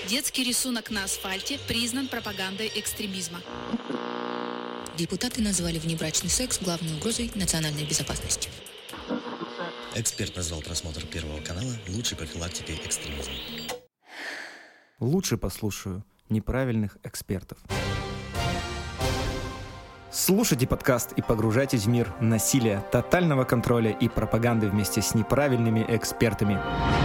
Детский рисунок на асфальте признан пропагандой экстремизма. Депутаты назвали внебрачный секс главной угрозой национальной безопасности. Эксперт назвал просмотр Первого канала лучшей профилактикой экстремизма. Лучше послушаю неправильных экспертов. Слушайте подкаст и погружайтесь в мир насилия, тотального контроля и пропаганды вместе с неправильными экспертами.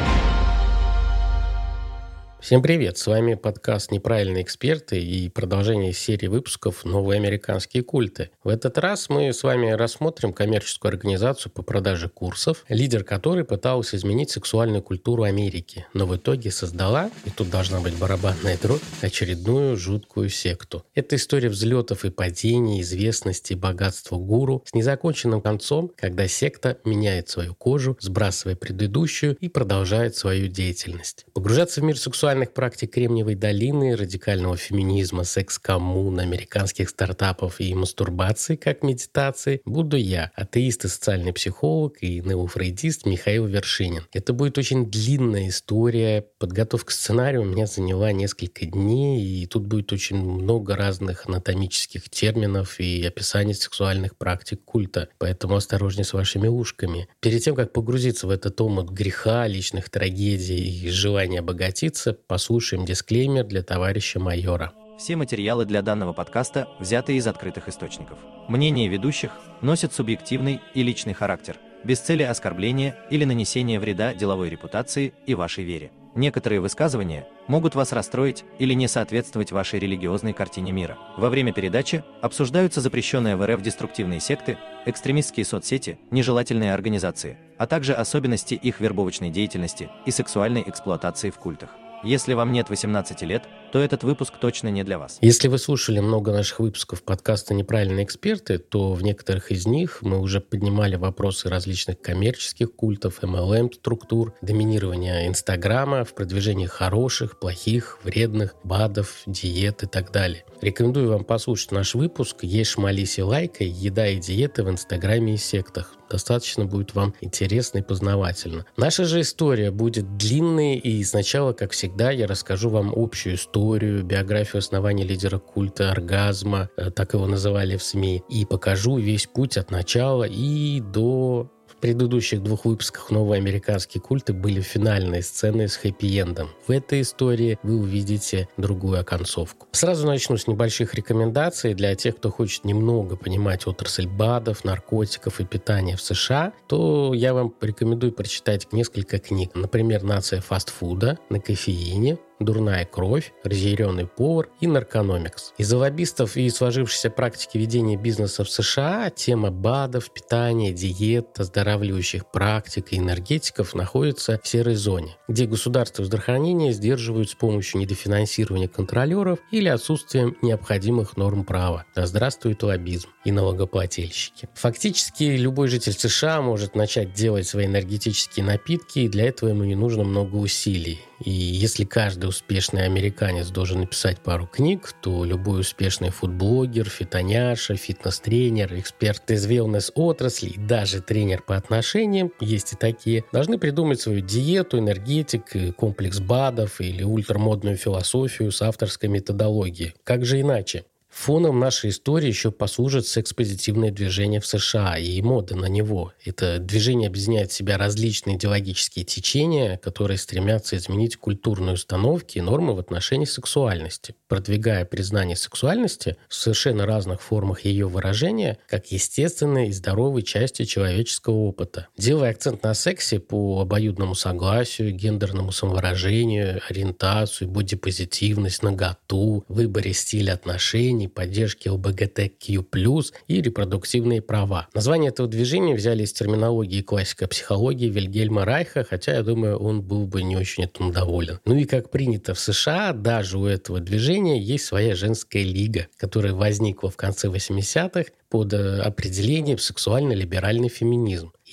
Всем привет! С вами подкаст «Неправильные эксперты» и продолжение серии выпусков «Новые американские культы». В этот раз мы с вами рассмотрим коммерческую организацию по продаже курсов, лидер которой пыталась изменить сексуальную культуру Америки, но в итоге создала, и тут должна быть барабанная дробь, очередную жуткую секту. Это история взлетов и падений, известности и богатства гуру с незаконченным концом, когда секта меняет свою кожу, сбрасывая предыдущую и продолжает свою деятельность. Погружаться в мир сексуальной практик Кремниевой долины, радикального феминизма, секс-коммун, американских стартапов и мастурбации как медитации буду я, атеист и социальный психолог и неофрейдист Михаил Вершинин. Это будет очень длинная история. Подготовка сценария у меня заняла несколько дней, и тут будет очень много разных анатомических терминов и описаний сексуальных практик культа. Поэтому осторожней с вашими ушками. Перед тем, как погрузиться в этот омут греха, личных трагедий и желания обогатиться, послушаем дисклеймер для товарища майора. Все материалы для данного подкаста взяты из открытых источников. Мнения ведущих носят субъективный и личный характер, без цели оскорбления или нанесения вреда деловой репутации и вашей вере. Некоторые высказывания могут вас расстроить или не соответствовать вашей религиозной картине мира. Во время передачи обсуждаются запрещенные в РФ деструктивные секты, экстремистские соцсети, нежелательные организации, а также особенности их вербовочной деятельности и сексуальной эксплуатации в культах. Если вам нет 18 лет, то этот выпуск точно не для вас. Если вы слушали много наших выпусков подкаста «Неправильные эксперты», то в некоторых из них мы уже поднимали вопросы различных коммерческих культов, MLM-структур, доминирования Инстаграма в продвижении хороших, плохих, вредных, БАДов, диет и так далее. Рекомендую вам послушать наш выпуск «Ешь, молись и лайкай. Еда и диеты в Инстаграме и сектах». Достаточно будет вам интересно и познавательно. Наша же история будет длинной, и сначала, как всегда, я расскажу вам общую историю, биографию основания лидера культа оргазма, так его называли в СМИ, и покажу весь путь от начала и до... В предыдущих двух выпусках «Новые американские культы» были финальные сцены с хэппи-эндом. В этой истории вы увидите другую оконцовку. Сразу начну с небольших рекомендаций для тех, кто хочет немного понимать отрасль БАДов, наркотиков и питания в США, то я вам рекомендую прочитать несколько книг. Например, «Нация фастфуда», «На кофеине», «Дурная кровь», «Разъяренный повар» и «Наркономикс». Из-за лоббистов и сложившейся практики ведения бизнеса в США тема БАДов, питания, диет, оздоравливающих практик и энергетиков находится в серой зоне, где государство здравоохранения сдерживают с помощью недофинансирования контролеров или отсутствием необходимых норм права. Да здравствует лоббизм и налогоплательщики. Фактически любой житель США может начать делать свои энергетические напитки, и для этого ему не нужно много усилий. И если каждый успешный американец должен написать пару книг, то любой успешный фудблогер, фитоняша, фитнес-тренер, эксперт из wellness-отрасли и даже тренер по отношениям, есть и такие, должны придумать свою диету, энергетик, комплекс БАДов или ультрамодную философию с авторской методологией. Как же иначе? Фоном нашей истории еще послужит секс-позитивное движение в США и мода на него. Это движение объединяет в себя различные идеологические течения, которые стремятся изменить культурные установки и нормы в отношении сексуальности, продвигая признание сексуальности в совершенно разных формах ее выражения как естественной и здоровой части человеческого опыта, делая акцент на сексе по обоюдному согласию, гендерному самовыражению, ориентацию, бодипозитивность, наготу, выборе стиля отношений, поддержки ЛГБТQ+, и репродуктивные права. Название этого движения взяли из терминологии классика психологии Вильгельма Райха, хотя, я думаю, он был бы не очень этому доволен. Ну и как принято в США, даже у этого движения есть своя женская лига, которая возникла в конце 80-х под определением «сексуально-либеральный феминизм».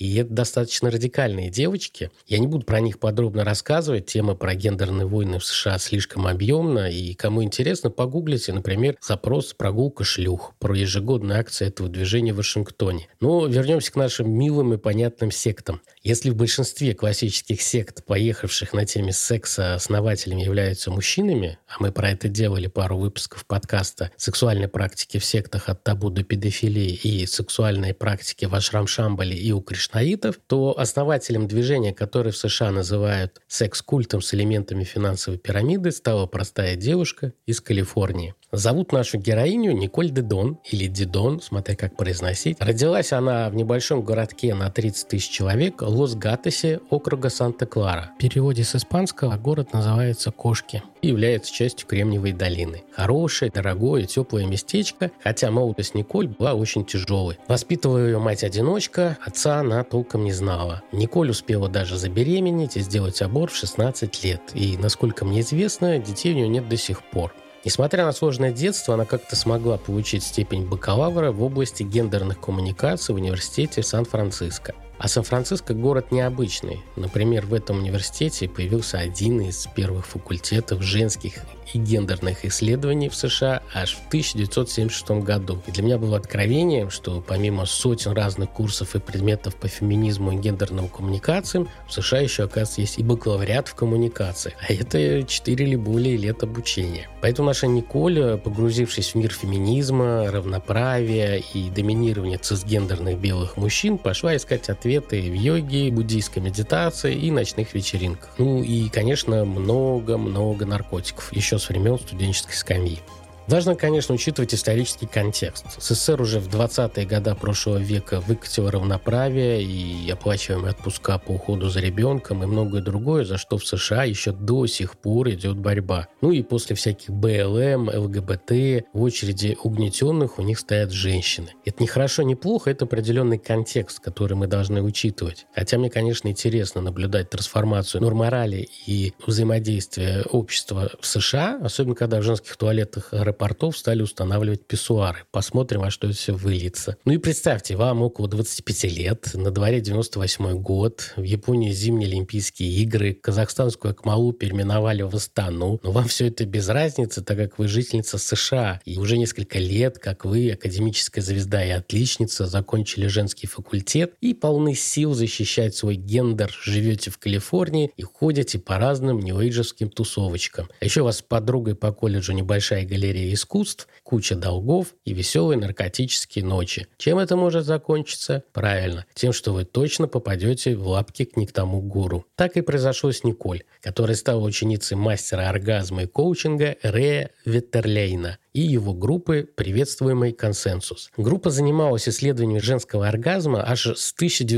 И это достаточно радикальные девочки. Я не буду про них подробно рассказывать. Тема про гендерные войны в США слишком объемна. И кому интересно, погуглите, например, запрос «Прогулка шлюх» про ежегодную акцию этого движения в Вашингтоне. Но вернемся к нашим милым и понятным сектам. Если в большинстве классических сект, поехавших на теме секса, основателями являются мужчинами, а мы про это делали пару выпусков подкаста «Сексуальные практики в сектах от табу до педофилии» и «Сексуальные практики в Ашрам-Шамбале и у кришнаитов», то основателем движения, которое в США называют секс-культом с элементами финансовой пирамиды, стала простая девушка из Калифорнии. Зовут нашу героиню Николь Дидон, или Дидон, смотря как произносить. Родилась она в небольшом городке на 30 тысяч человек, Лос-Гатосе, округа Санта-Клара. В переводе с испанского город называется «Кошки» и является частью Кремниевой долины. Хорошее, дорогое, теплое местечко, хотя молодость Николь была очень тяжелой. Воспитывала ее мать-одиночка, отца она толком не знала. Николь успела даже забеременеть и сделать аборт в 16 лет. И, насколько мне известно, детей у нее нет до сих пор. Несмотря на сложное детство, она как-то смогла получить степень бакалавра в области гендерных коммуникаций в университете Сан-Франциско. А Сан-Франциско город необычный. Например, в этом университете появился один из первых факультетов женских и гендерных исследований в США аж в 1976 году. И для меня было откровением, что помимо сотен разных курсов и предметов по феминизму и гендерным коммуникациям, в США еще, оказывается, есть и бакалавриат в коммуникации. А это 4 или более лет обучения. Поэтому наша Николь, погрузившись в мир феминизма, равноправия и доминирования цисгендерных белых мужчин, пошла искать ответы в йоге, буддийской медитации и ночных вечеринках. Ну и, конечно, много-много наркотиков. Еще с времен студенческой скамьи. Важно, конечно, учитывать исторический контекст. СССР уже в 20-е годы прошлого века выкатил равноправие и оплачиваемые отпуска по уходу за ребенком и многое другое, за что в США еще до сих пор идет борьба. Ну и после всяких БЛМ, ЛГБТ, в очереди угнетенных у них стоят женщины. Это не хорошо, не плохо, это определенный контекст, который мы должны учитывать. Хотя мне, конечно, интересно наблюдать трансформацию норморали и взаимодействие общества в США, особенно когда в женских туалетах аэропортов стали устанавливать писсуары. Посмотрим, во что это все выльется. Ну и представьте, вам около 25 лет, на дворе 98 год, в Японии зимние Олимпийские игры, казахстанскую Акмалу переименовали в Астану, но вам все это без разницы, так как вы жительница США, и уже несколько лет, как вы, академическая звезда и отличница, закончили женский факультет и полны сил защищать свой гендер, живете в Калифорнии и ходите по разным нью-эйджевским тусовочкам. А еще у вас с подругой по колледжу небольшая галерея искусств, куча долгов и веселые наркотические ночи. Чем это может закончиться? Правильно, тем, что вы точно попадете в лапки к не к тому гуру. Так и произошло с Николь, которая стала ученицей мастера оргазма и коучинга Рея Ветерлейна и его группы «Приветствуемый консенсус». Группа занималась исследованием женского оргазма аж с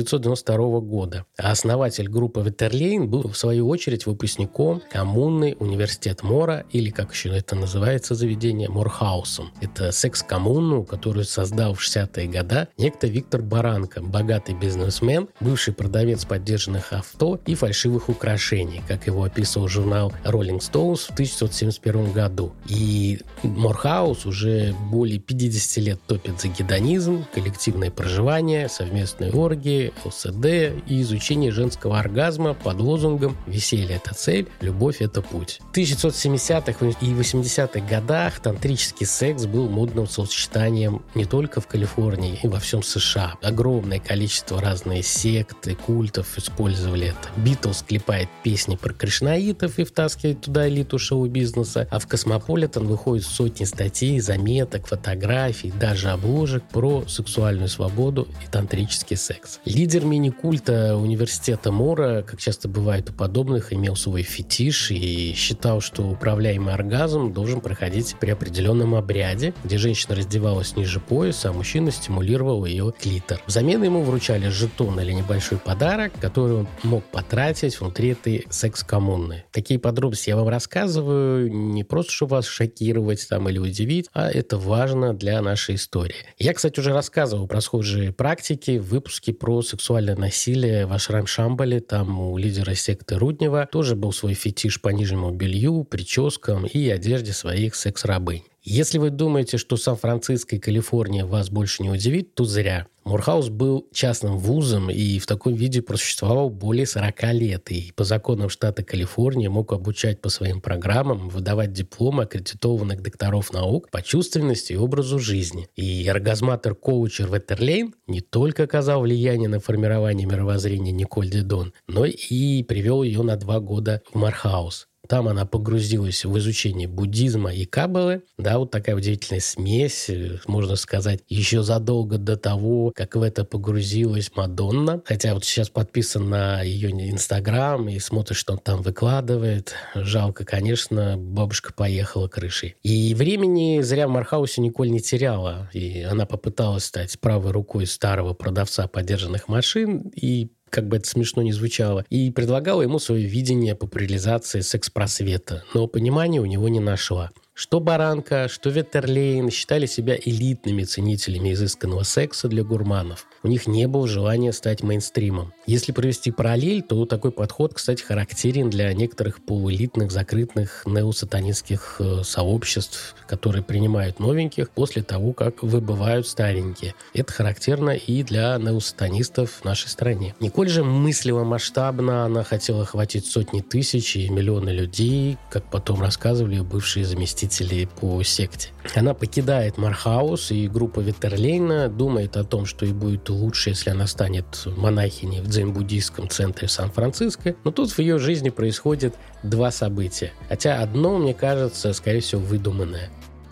1992 года. А основатель группы Ветерлейн был, в свою очередь, выпускником коммуны Университет Мора, или, как еще это называется, заведение, Морхаусом. Это секс-коммуну, которую создал в 60-е годы некто Виктор Баранко, богатый бизнесмен, бывший продавец подержанных авто и фальшивых украшений, как его описывал журнал Rolling Stones в 1971 году. И Морхаус уже более 50 лет топит за гедонизм, коллективное проживание, совместные оргии, ЛСД и изучение женского оргазма под лозунгом «Веселье – это цель, любовь – это путь». В 1970-х и 80-х годах тантрический секс был модным сочетанием не только в Калифорнии и во всем США. Огромное количество разных сект и культов использовали это. Битлз клепает песни про кришнаитов и втаскивает туда элиту шоу-бизнеса, а в Космополитен выходят сотни статей, заметок, фотографий, даже обложек про сексуальную свободу и тантрический секс. Лидер мини-культа университета Мора, как часто бывает у подобных, имел свой фетиш и считал, что управляемый оргазм должен проходить при определенном обряде, где женщина раздевалась ниже пояса, а мужчина стимулировал ее клитор. Взамен ему вручали жетон или небольшой подарок, который он мог потратить внутри этой секс-коммуны. Такие подробности я вам рассказываю не просто, чтобы вас шокировать там, или удивить, а это важно для нашей истории. Я, кстати, уже рассказывал про схожие практики в выпуске про сексуальное насилие в Ашрам-Шамбале. Там у лидера секты Руднева тоже был свой фетиш по нижнему белью, прическам и одежде своих секс-рабынь. Если вы думаете, что Сан-Франциско и Калифорния вас больше не удивит, то зря. Морхаус был частным вузом и в таком виде просуществовал более 40 лет. И по законам штата Калифорния мог обучать по своим программам, выдавать дипломы аккредитованных докторов наук по чувственности и образу жизни. И оргазматор-коучер Веттерлейн не только оказал влияние на формирование мировоззрения Николь Дидон, но и привел ее на 2 года в Морхаус. Там она погрузилась в изучение буддизма и каббалы. Да, вот такая удивительная смесь, можно сказать, еще задолго до того, как в это погрузилась Мадонна. Хотя вот сейчас подписан на ее Инстаграм и смотришь, что он там выкладывает. Жалко, конечно, бабушка поехала крышей. И времени зря в Морхаусе Николь не теряла. И она попыталась стать правой рукой старого продавца подержанных машин и, как бы это смешно ни звучало, и предлагала ему свое видение популяризации секс-просвета, но понимания у него не нашла. Что Баранка, что Веттерлейн считали себя элитными ценителями изысканного секса для гурманов. У них не было желания стать мейнстримом. Если провести параллель, то такой подход, кстати, характерен для некоторых полуэлитных, закрытых неосатанистских сообществ, которые принимают новеньких после того, как выбывают старенькие. Это характерно и для неосатанистов в нашей стране. Николь же мыслила масштабно, она хотела охватить сотни тысяч и миллионы людей, как потом рассказывали бывшие заместители по секте. Она покидает Морхаус, и группа Веттерлейна думает о том, что ей будет лучше, если она станет монахиней в дзен-буддийском центре Сан-Франциско. Но тут в ее жизни происходит 2 события. Хотя одно, мне кажется, скорее всего, выдуманное.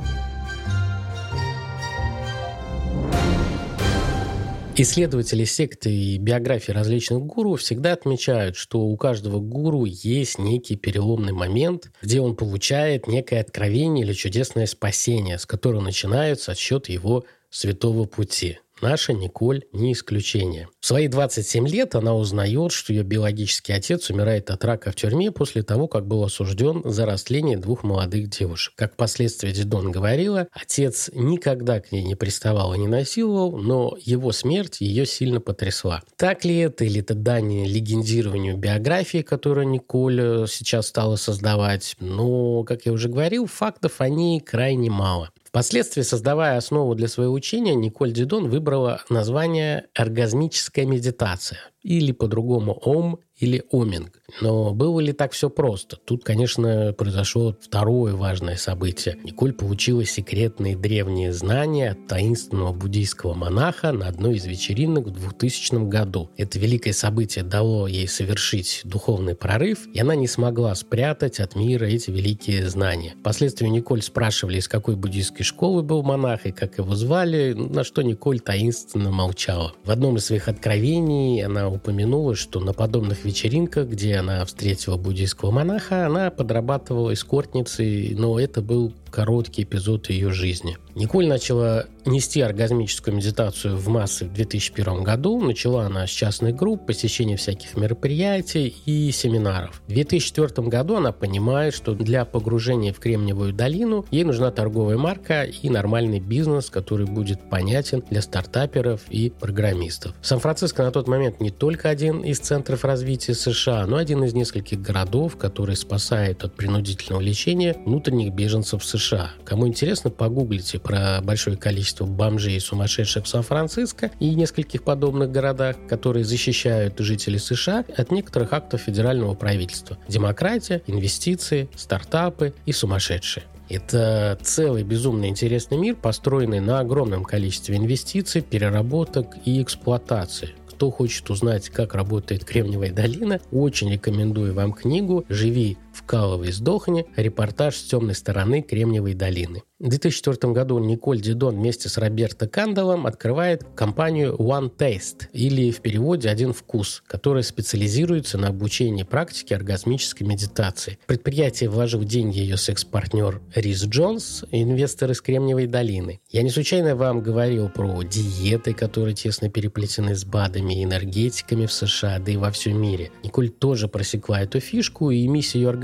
Исследователи секты и биографии различных гуру всегда отмечают, что у каждого гуру есть некий переломный момент, где он получает некое откровение или чудесное спасение, с которого начинается отсчет его святого пути. Наша Николь не исключение. В свои 27 лет она узнает, что ее биологический отец умирает от рака в тюрьме после того, как был осужден за растление 2 молодых девушек. Как впоследствии Дидон говорила, отец никогда к ней не приставал и не насиловал, но его смерть ее сильно потрясла. Так ли это, или это дань легендированию биографии, которую Николь сейчас стала создавать? Но, как я уже говорил, фактов о ней крайне мало. Впоследствии, создавая основу для своего учения, Николь Дидон выбрала название «оргазмическая медитация» или по-другому «ом» или «оминг». Но было ли так все просто? Тут, конечно, произошло второе важное событие. Николь получила секретные древние знания от таинственного буддийского монаха на одной из вечеринок в 2000 году. Это великое событие дало ей совершить духовный прорыв, и она не смогла спрятать от мира эти великие знания. Впоследствии Николь спрашивали, из какой буддийской школы был монах и как его звали, на что Николь таинственно молчала. В одном из своих откровений она упомянула, что на подобных вечеринках, где она встретила буддийского монаха, она подрабатывала эскортницей, но это был короткий эпизод ее жизни. Николь начала нести оргазмическую медитацию в массы в 2001 году. Начала она с частных групп, посещения всяких мероприятий и семинаров. В 2004 году она понимает, что для погружения в Кремниевую долину ей нужна торговая марка и нормальный бизнес, который будет понятен для стартаперов и программистов. Сан-Франциско на тот момент не только один из центров развития США, но один из нескольких городов, который спасает от принудительного лечения внутренних беженцев США. Кому интересно, погуглите про большое количество бомжей и сумасшедших в Сан-Франциско и нескольких подобных городах, которые защищают жителей США от некоторых актов федерального правительства. Демократия, инвестиции, стартапы и сумасшедшие. Это целый безумно интересный мир, построенный на огромном количестве инвестиций, переработок и эксплуатации. Кто хочет узнать, как работает Кремниевая долина, очень рекомендую вам книгу «Живи, вкалывай, сдохни. Репортаж с темной стороны Кремниевой долины». В 2004 году Николь Дидон вместе с Роберто Кандалом открывает компанию One Taste, или в переводе «Один вкус», которая специализируется на обучении практике оргазмической медитации. В предприятие вложил деньги ее секс-партнер Рис Джонс, инвестор из Кремниевой долины. Я не случайно вам говорил про диеты, которые тесно переплетены с БАДами и энергетиками в США, да и во всем мире. Николь тоже просекла эту фишку, и миссия ее организации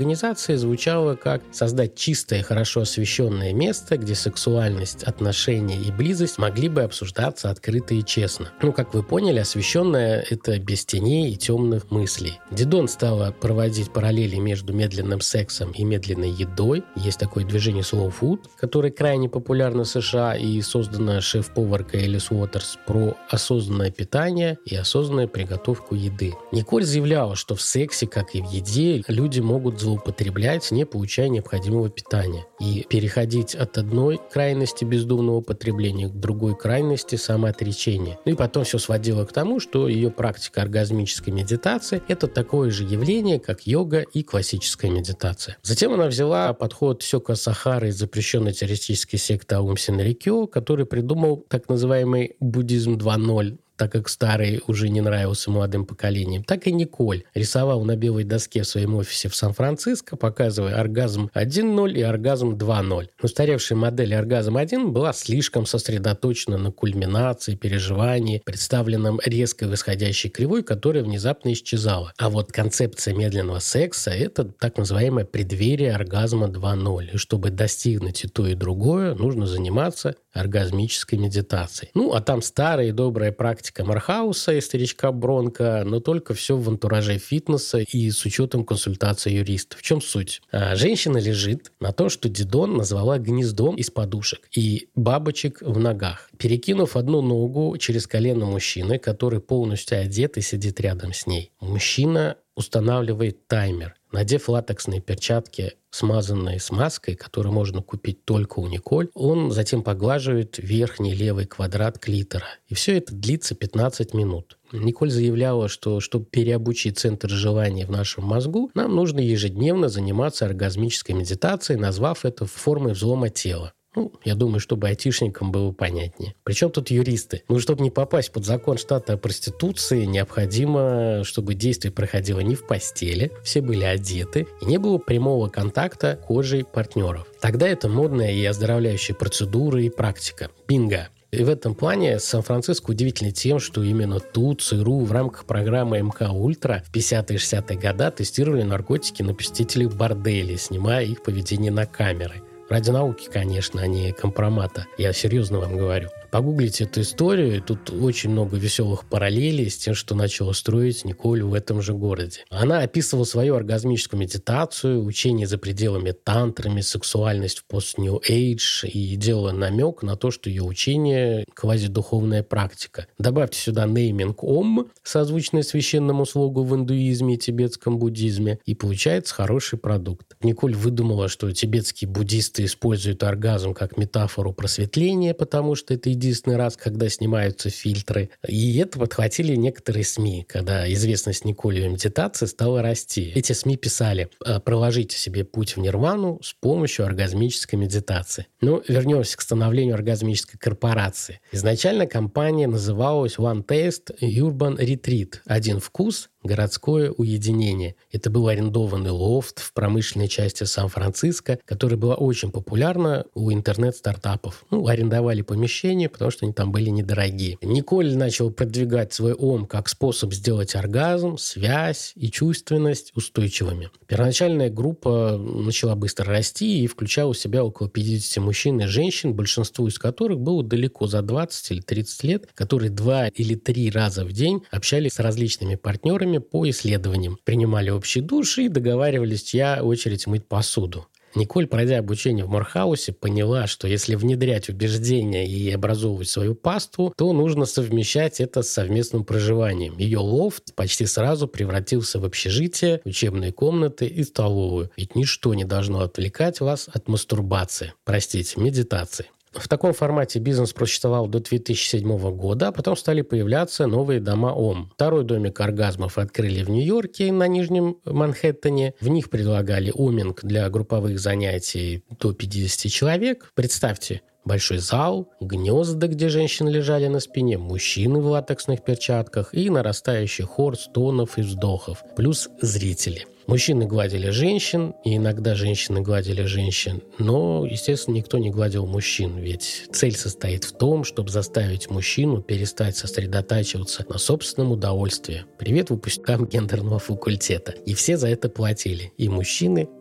организации звучало как создать чистое, хорошо освещенное место, где сексуальность, отношения и близость могли бы обсуждаться открыто и честно. Как вы поняли, освещенное — это без теней и темных мыслей. Дидон стала проводить параллели между медленным сексом и медленной едой. Есть такое движение slow food, которое крайне популярно в США и создано шеф-поваркой Элис Уотерс про осознанное питание и осознанную приготовку еды. Николь заявляла, что в сексе, как и в еде, люди могут злоупотреблять, не получая необходимого питания. И переходить от одной крайности бездумного потребления к другой крайности самоотречения. И потом все сводило к тому, что ее практика оргазмической медитации – это такое же явление, как йога и классическая медитация. Затем она взяла подход Сёка Сахары из запрещенной террористической секты Аум Синрикё, который придумал так называемый буддизм 2.0, так как старый уже не нравился молодым поколениям, так и Николь рисовал на белой доске в своем офисе в Сан-Франциско, показывая оргазм 1.0 и оргазм 2.0. Устаревшая модель оргазм 1 была слишком сосредоточена на кульминации, переживании, представленном резко восходящей кривой, которая внезапно исчезала. А вот концепция медленного секса – это так называемое преддверие оргазма 2.0. И чтобы достигнуть и то, и другое, нужно заниматься оргазмической медитацией. А там старая и добрая практика Мархауса и старичка Бронко, но только все в антураже фитнеса и с учетом консультации юристов. В чем суть? Женщина лежит на том, что Дидон назвала гнездом из подушек и бабочек в ногах, перекинув одну ногу через колено мужчины, который полностью одет и сидит рядом с ней. Мужчина устанавливает таймер. Надев латексные перчатки, смазанные смазкой, которую можно купить только у Николь, он затем поглаживает верхний левый квадрат клитора. И все это длится 15 минут. Николь заявляла, что чтобы переобучить центр желания в нашем мозгу, нам нужно ежедневно заниматься оргазмической медитацией, назвав это формой взлома тела. Я думаю, чтобы айтишникам было понятнее. Причем тут юристы? Чтобы не попасть под закон штата о проституции, необходимо, чтобы действие проходило не в постели, все были одеты, и не было прямого контакта кожей партнеров. Тогда это модная и оздоровляющая процедура и практика. Бинго! И в этом плане Сан-Франциско удивительно тем, что именно тут ЦРУ в рамках программы МК Ультра в 50-е и 60-е годы тестировали наркотики на посетителей борделей, снимая их поведение на камеры. Ради науки, конечно, а не компромата. Я серьезно вам говорю. Погуглите эту историю, и тут очень много веселых параллелей с тем, что начала строить Николь в этом же городе. Она описывала свою оргазмическую медитацию, учение за пределами тантрами, сексуальность в пост-New Age и делала намек на то, что ее учение – квазидуховная практика. Добавьте сюда нейминг Ом, созвучный священному слогу в индуизме и тибетском буддизме, и получается хороший продукт. Николь выдумала, что тибетские буддисты используют оргазм как метафору просветления, потому что это единственный раз, когда снимаются фильтры. И это подхватили некоторые СМИ, когда известность Николь в медитации стала расти. Эти СМИ писали: проложите себе путь в нирвану с помощью оргазмической медитации. Вернемся к становлению оргазмической корпорации. Изначально компания называлась One Taste Urban Retreat. Один вкус, городское уединение. Это был арендованный лофт в промышленной части Сан-Франциско, которая была очень популярна у интернет-стартапов. Арендовали помещения, потому что они там были недорогие. Николь начал продвигать свой ом как способ сделать оргазм, связь и чувственность устойчивыми. Первоначальная группа начала быстро расти и включала в себя около 50 мужчин и женщин, большинству из которых было далеко за 20 или 30 лет, которые 2 или 3 раза в день общались с различными партнерами по исследованиям, принимали общий душ и договаривались, чья очередь мыть посуду. Николь, пройдя обучение в Морхаусе, поняла, что если внедрять убеждения и образовывать свою паству, то нужно совмещать это с совместным проживанием. Ее лофт почти сразу превратился в общежитие, учебные комнаты и столовую. Ведь ничто не должно отвлекать вас от мастурбации. Медитации. В таком формате бизнес просуществовал до 2007 года, а потом стали появляться новые дома ОМ. Второй домик оргазмов открыли в Нью-Йорке на Нижнем Манхэттене. В них предлагали оминг для групповых занятий до 50 человек. Представьте, большой зал, гнезда, где женщины лежали на спине, мужчины в латексных перчатках и нарастающий хор стонов и вздохов, плюс зрители. Мужчины гладили женщин, и иногда женщины гладили женщин, но, естественно, никто не гладил мужчин, ведь цель состоит в том, чтобы заставить мужчину перестать сосредотачиваться на собственном удовольствии. Привет выпускникам гендерного факультета. И все за это платили, и мужчины,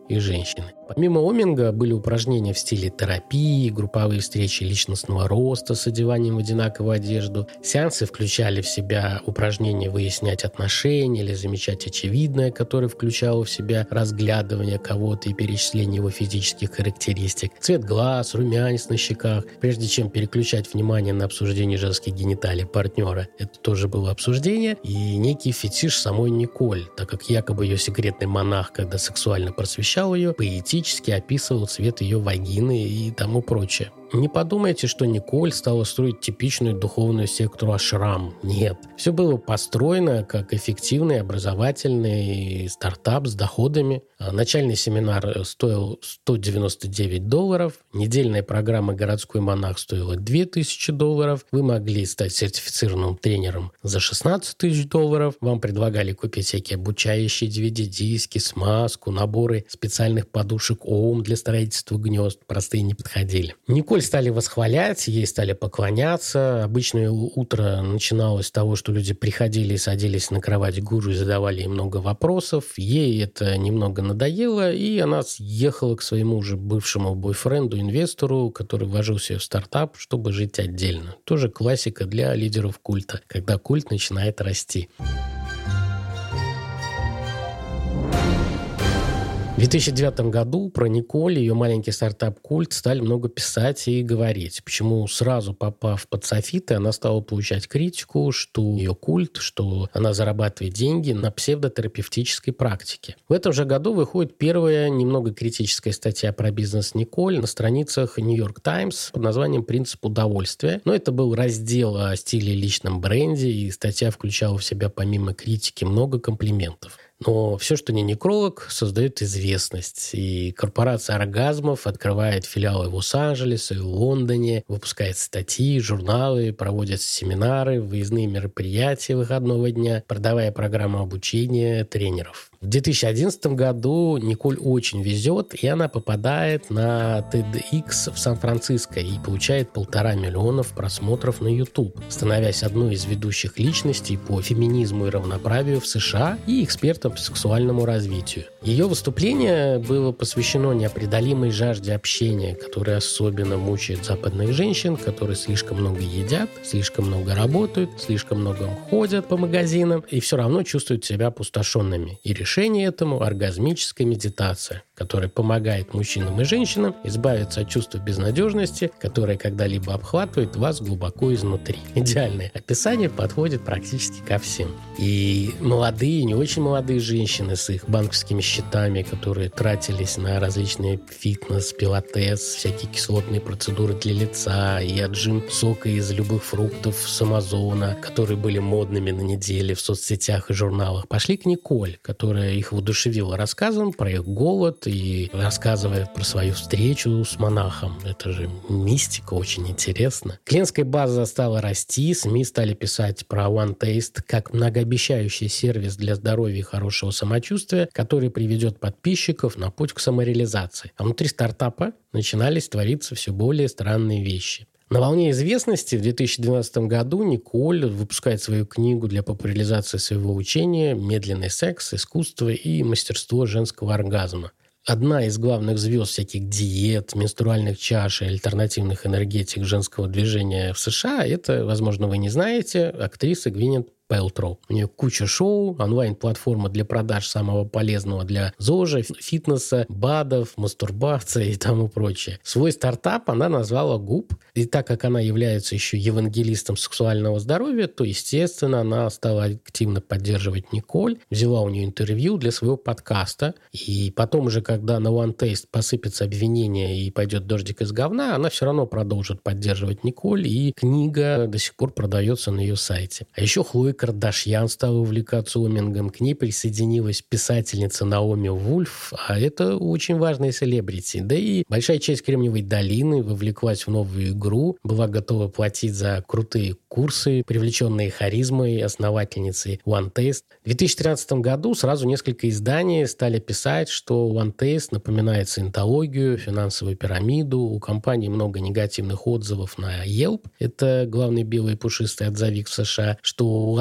и женщины. Помимо оминга были упражнения в стиле терапии, групповые встречи личностного роста с одеванием в одинаковую одежду. Сеансы включали в себя упражнения выяснять отношения или замечать очевидное, которое включало в себя разглядывание кого-то и перечисление его физических характеристик. Цвет глаз, румянец на щеках. Прежде чем переключать внимание на обсуждение женских гениталий партнера, это тоже было обсуждение. И некий фетиш самой Николь, так как якобы ее секретный монах, когда сексуально просвещал ее, поэтически описывал цвет ее вагины и тому прочее. Не подумайте, что Николь стала строить типичную духовную секту Ашрам. Нет. Все было построено как эффективный образовательный стартап с доходами. Начальный семинар стоил $199. Недельная программа «Городской монах» стоила $2000. Вы могли стать сертифицированным тренером за $16 000. Вам предлагали купить всякие обучающие DVD-диски, смазку, наборы специальных подушек ОУМ для строительства гнезд. Простые не подходили. Николь стали восхвалять, ей стали поклоняться. Обычное утро начиналось с того, что люди приходили и садились на кровать гуру и задавали ей много вопросов. Ей это немного надоело, и она съехала к своему уже бывшему бойфренду-инвестору, который вложился в стартап, чтобы жить отдельно. Тоже классика для лидеров культа, когда культ начинает расти. В 2009 году про Николь и ее маленький стартап «Культ» стали много писать и говорить. Почему сразу попав под софиты, она стала получать критику, что ее культ, что она зарабатывает деньги на псевдотерапевтической практике. В этом же году выходит первая немного критическая статья про бизнес Николь на страницах New York Times под названием «Принцип удовольствия». Но это был раздел о стиле и личном бренде, и статья включала в себя помимо критики много комплиментов. Но все, что не некролог, создает известность. И корпорация оргазмов открывает филиалы в Лос-Анджелесе, в Лондоне, выпускает статьи, журналы, проводит семинары, выездные мероприятия выходного дня, продавая программу обучения тренеров. В 2011 году Николь очень везет, и она попадает на TEDx в Сан-Франциско и получает 1,5 миллиона просмотров на YouTube, становясь одной из ведущих личностей по феминизму и равноправию в США и экспертом по сексуальному развитию. Ее выступление было посвящено непреодолимой жажде общения, которая особенно мучает западных женщин, которые слишком много едят, слишком много работают, слишком много ходят по магазинам и все равно чувствуют себя опустошенными. И решение этому – оргазмическая медитация, которая помогает мужчинам и женщинам избавиться от чувства безнадежности, которое когда-либо обхватывает вас глубоко изнутри. Идеальное описание подходит практически ко всем. И молодые, не очень молодые женщины с их банковскими счетами, которые тратились на различные фитнес, пилатес, всякие кислотные процедуры для лица и отжим сока из любых фруктов с Амазона, которые были модными на неделе в соцсетях и журналах, пошли к Николь, которая их воодушевила рассказом про их голод и рассказывая про свою встречу с монахом. Это же мистика, очень интересно. Клиентская база стала расти, СМИ стали писать про One Taste как многообещающий сервис для здоровья и хорошего самочувствия, который приведет подписчиков на путь к самореализации. А внутри стартапа начинались твориться все более странные вещи. На волне известности в 2012 году Николь выпускает свою книгу для популяризации своего учения «Медленный секс, искусство и мастерство женского оргазма». Одна из главных звезд всяких диет, менструальных чаш и альтернативных энергетик женского движения в США – это, возможно, вы не знаете, актриса Гвинет Пэлтроу. У нее куча шоу, онлайн-платформа для продаж самого полезного для ЗОЖа, фитнеса, БАДов, мастурбации и тому прочее. Свой стартап она назвала ГУП. И так как она является еще евангелистом сексуального здоровья, то, естественно, она стала активно поддерживать Николь, взяла у нее интервью для своего подкаста. И потом уже, когда на One Taste посыпется обвинение и пойдет дождик из говна, она все равно продолжит поддерживать Николь, и книга до сих пор продается на ее сайте. А еще Хлоя Кардашьян стала увлекаться омингом. К ней присоединилась писательница Наоми Вульф, а это очень важные селебрити. Да и большая часть Кремниевой долины вовлеклась в новую игру, была готова платить за крутые курсы, привлеченные харизмой основательницей One Taste. В 2013 году сразу несколько изданий стали писать, что One Taste напоминает саентологию, финансовую пирамиду. У компании много негативных отзывов на Yelp. Это главный белый пушистый отзывик в США, что у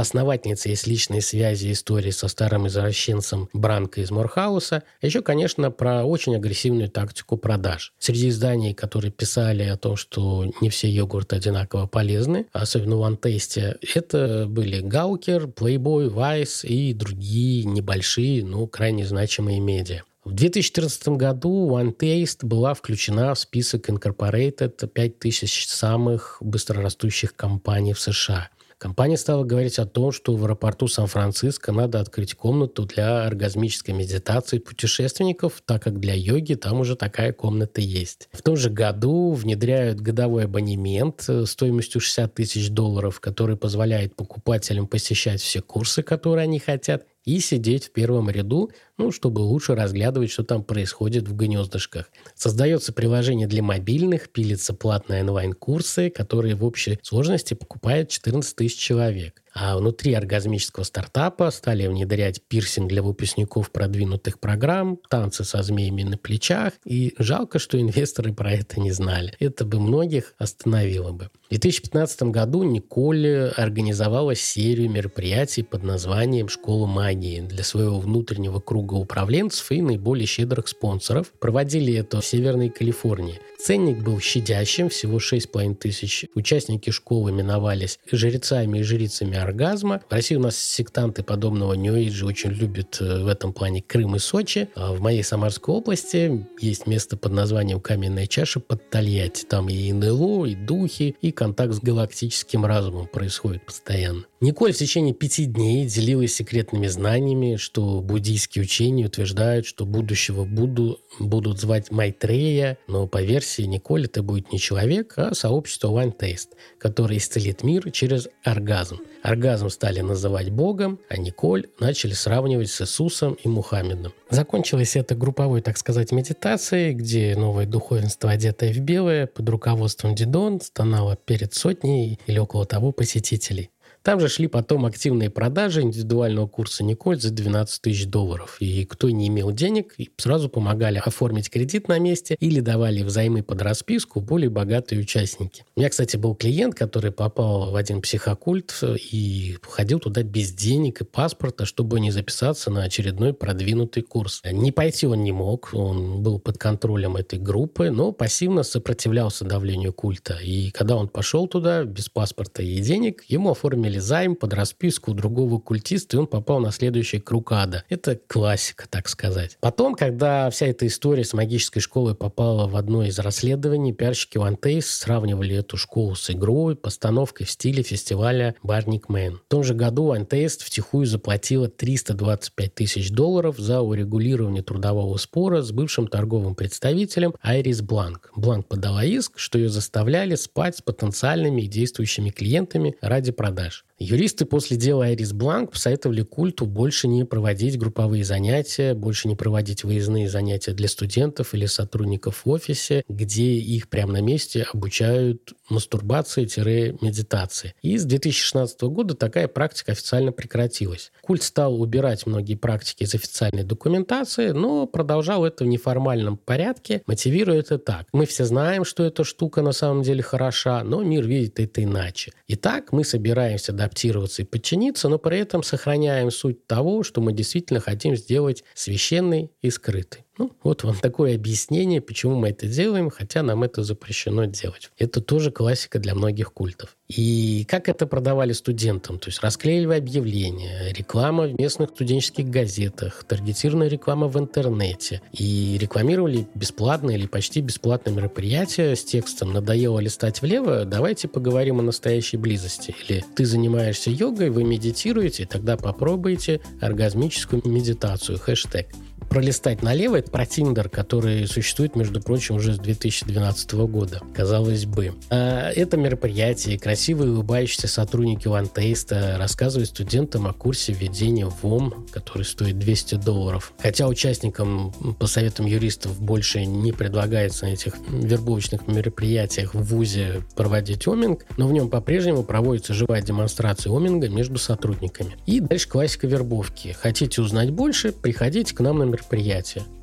основательница есть личные связи, истории со старым извращенцем Бранко из Морхауса. А еще, конечно, про очень агрессивную тактику продаж. Среди изданий, которые писали о том, что не все йогурты одинаково полезны, особенно в One Taste, это были Gawker, Playboy, Vice и другие небольшие, но крайне значимые медиа. В 2014 году One Taste была включена в список Incorporated 5000 самых быстрорастущих компаний в США. Компания стала говорить о том, что в аэропорту Сан-Франциско надо открыть комнату для оргазмической медитации путешественников, так как для йоги там уже такая комната есть. В том же году внедряют годовой абонемент стоимостью $60 тысяч, который позволяет покупателям посещать все курсы, которые они хотят, и сидеть в первом ряду, чтобы лучше разглядывать, что там происходит в гнездышках. Создается приложение для мобильных, пилятся платные онлайн-курсы, которые в общей сложности покупает 14 тысяч человек. А внутри оргазмического стартапа стали внедрять пирсинг для выпускников продвинутых программ, танцы со змеями на плечах. И жалко, что инвесторы про это не знали. Это бы многих остановило бы. В 2015 году Николь организовала серию мероприятий под названием «Школа магии» для своего внутреннего круга управленцев и наиболее щедрых спонсоров. Проводили это в Северной Калифорнии. Ценник был щадящим, всего 6500. Участники школы именовались жрецами и жрицами оргазма. В России у нас сектанты подобного нью-эйджа очень любят в этом плане Крым и Сочи. А в моей Самарской области есть место под названием «Каменная чаша» под Тольятти. Там и НЛО, и духи, и контакт с галактическим разумом происходит постоянно. Николь в течение 5 дней делилась секретными знаниями, что буддийские учения утверждают, что будущего Будду будут звать Майтрея, но по версии Николь это будет не человек, а сообщество One Taste, которое исцелит мир через оргазм. Оргазм стали называть Богом, а Николь начали сравнивать с Иисусом и Мухаммедом. Закончилось это групповой, так сказать, медитацией, где новое духовенство, одетое в белое, под руководством Дидон, стонало перед сотней или около того посетителей. Там же шли потом активные продажи индивидуального курса Николь за $12 тысяч. И кто не имел денег, сразу помогали оформить кредит на месте или давали взаймы под расписку более богатые участники. У меня, кстати, был клиент, который попал в один психокульт и ходил туда без денег и паспорта, чтобы не записаться на очередной продвинутый курс. Не пойти он не мог, он был под контролем этой группы, но пассивно сопротивлялся давлению культа. И когда он пошел туда без паспорта и денег, ему оформили займ под расписку у другого культиста, и он попал на следующий круг ада. Это классика, так сказать. Потом, когда вся эта история с магической школой попала в одно из расследований, пиарщики One Taste сравнивали эту школу с игрой, постановкой в стиле фестиваля Burning Man. В том же году One Taste втихую заплатила $325 тысяч за урегулирование трудового спора с бывшим торговым представителем Iris Blank. Blank подала иск, что ее заставляли спать с потенциальными и действующими клиентами ради продаж. Юристы после дела Iris Blank посоветовали культу больше не проводить групповые занятия, больше не проводить выездные занятия для студентов или сотрудников в офисе, где их прямо на месте обучают мастурбации-медитации. И с 2016 года такая практика официально прекратилась. Культ стал убирать многие практики из официальной документации, но продолжал это в неформальном порядке, мотивируя это так. Мы все знаем, что эта штука на самом деле хороша, но мир видит это иначе. Итак, мы собираемся адаптироваться и подчиниться, но при этом сохраняем суть того, что мы действительно хотим сделать священной и скрытой. Вот вам такое объяснение, почему мы это делаем, хотя нам это запрещено делать. Это тоже классика для многих культов. И как это продавали студентам? То есть расклеивали объявления, реклама в местных студенческих газетах, таргетированная реклама в интернете. И рекламировали бесплатные или почти бесплатные мероприятия с текстом «Надоело листать влево? Давайте поговорим о настоящей близости». Или «Ты занимаешься йогой, вы медитируете, тогда попробуйте оргазмическую медитацию». Хэштег. Пролистать налево — это про Tinder, который существует, между прочим, уже с 2012 года, казалось бы. А это мероприятие, красивые улыбающиеся сотрудники One Taste рассказывают студентам о курсе введения в ВОМ, который стоит $200. Хотя участникам, по советам юристов, больше не предлагается на этих вербовочных мероприятиях в ВУЗе проводить оминг, но в нем по-прежнему проводится живая демонстрация оминга между сотрудниками. И дальше классика вербовки. Хотите узнать больше? Приходите к нам на мероприятие.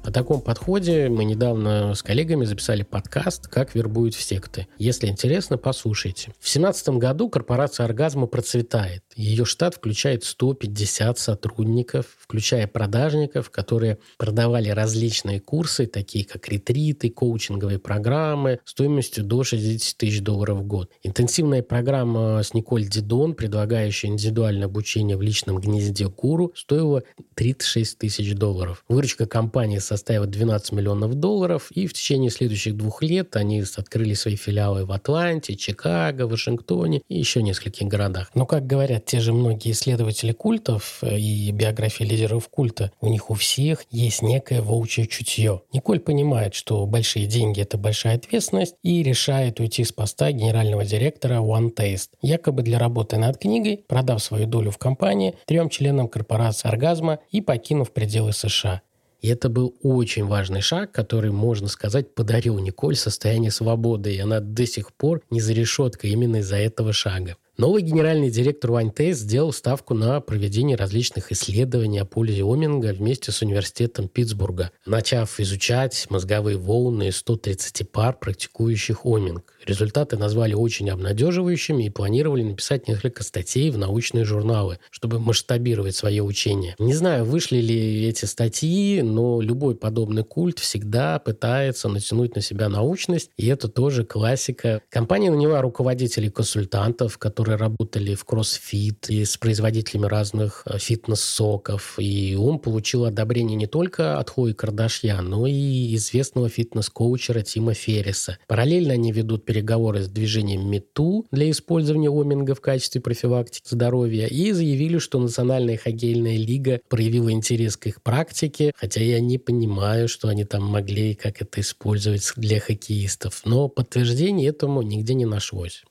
О таком подходе мы недавно с коллегами записали подкаст «Как вербуют в секты». Если интересно, послушайте. В 2017 году корпорация «Оргазма» процветает. Ее штат включает 150 сотрудников, включая продажников, которые продавали различные курсы, такие как ретриты, коучинговые программы, стоимостью до $60 тысяч в год. Интенсивная программа с Николь Дидон, предлагающая индивидуальное обучение в личном гнезде гуру, стоила $36 тысяч. Выручка компании составила $12 миллионов, и в течение следующих 2 лет они открыли свои филиалы в Атланте, Чикаго, Вашингтоне и еще нескольких городах. Но, как говорят те же многие исследователи культов и биографии лидеров культа, у них у всех есть некое волчье чутье. Николь понимает, что большие деньги – это большая ответственность, и решает уйти с поста генерального директора OneTaste, якобы для работы над книгой, продав свою долю в компании 3 членам корпорации «Оргазма» и покинув пределы США. И это был очень важный шаг, который, можно сказать, подарил Николь состояние свободы, и она до сих пор не за решеткой именно из-за этого шага. Новый генеральный директор OneTaste сделал ставку на проведение различных исследований о пользе оминга вместе с университетом Питтсбурга, начав изучать мозговые волны 130 пар, практикующих оминг. Результаты назвали очень обнадеживающими и планировали написать несколько статей в научные журналы, чтобы масштабировать свое учение. Не знаю, вышли ли эти статьи, но любой подобный культ всегда пытается натянуть на себя научность, и это тоже классика. Компания наняла руководителей-консультантов, которые работали в CrossFit и с производителями разных фитнес-соков, и он получил одобрение не только от Хлои Кардашьян, но и известного фитнес-коучера Тима Ферриса. Параллельно они ведут переговоры с движением #MeToo для использования оминга в качестве профилактики здоровья и заявили, что Национальная хоккейная лига проявила интерес к их практике, хотя я не понимаю, что они там могли и как это использовать для хоккеистов. Но подтверждений этому нигде не нашлось.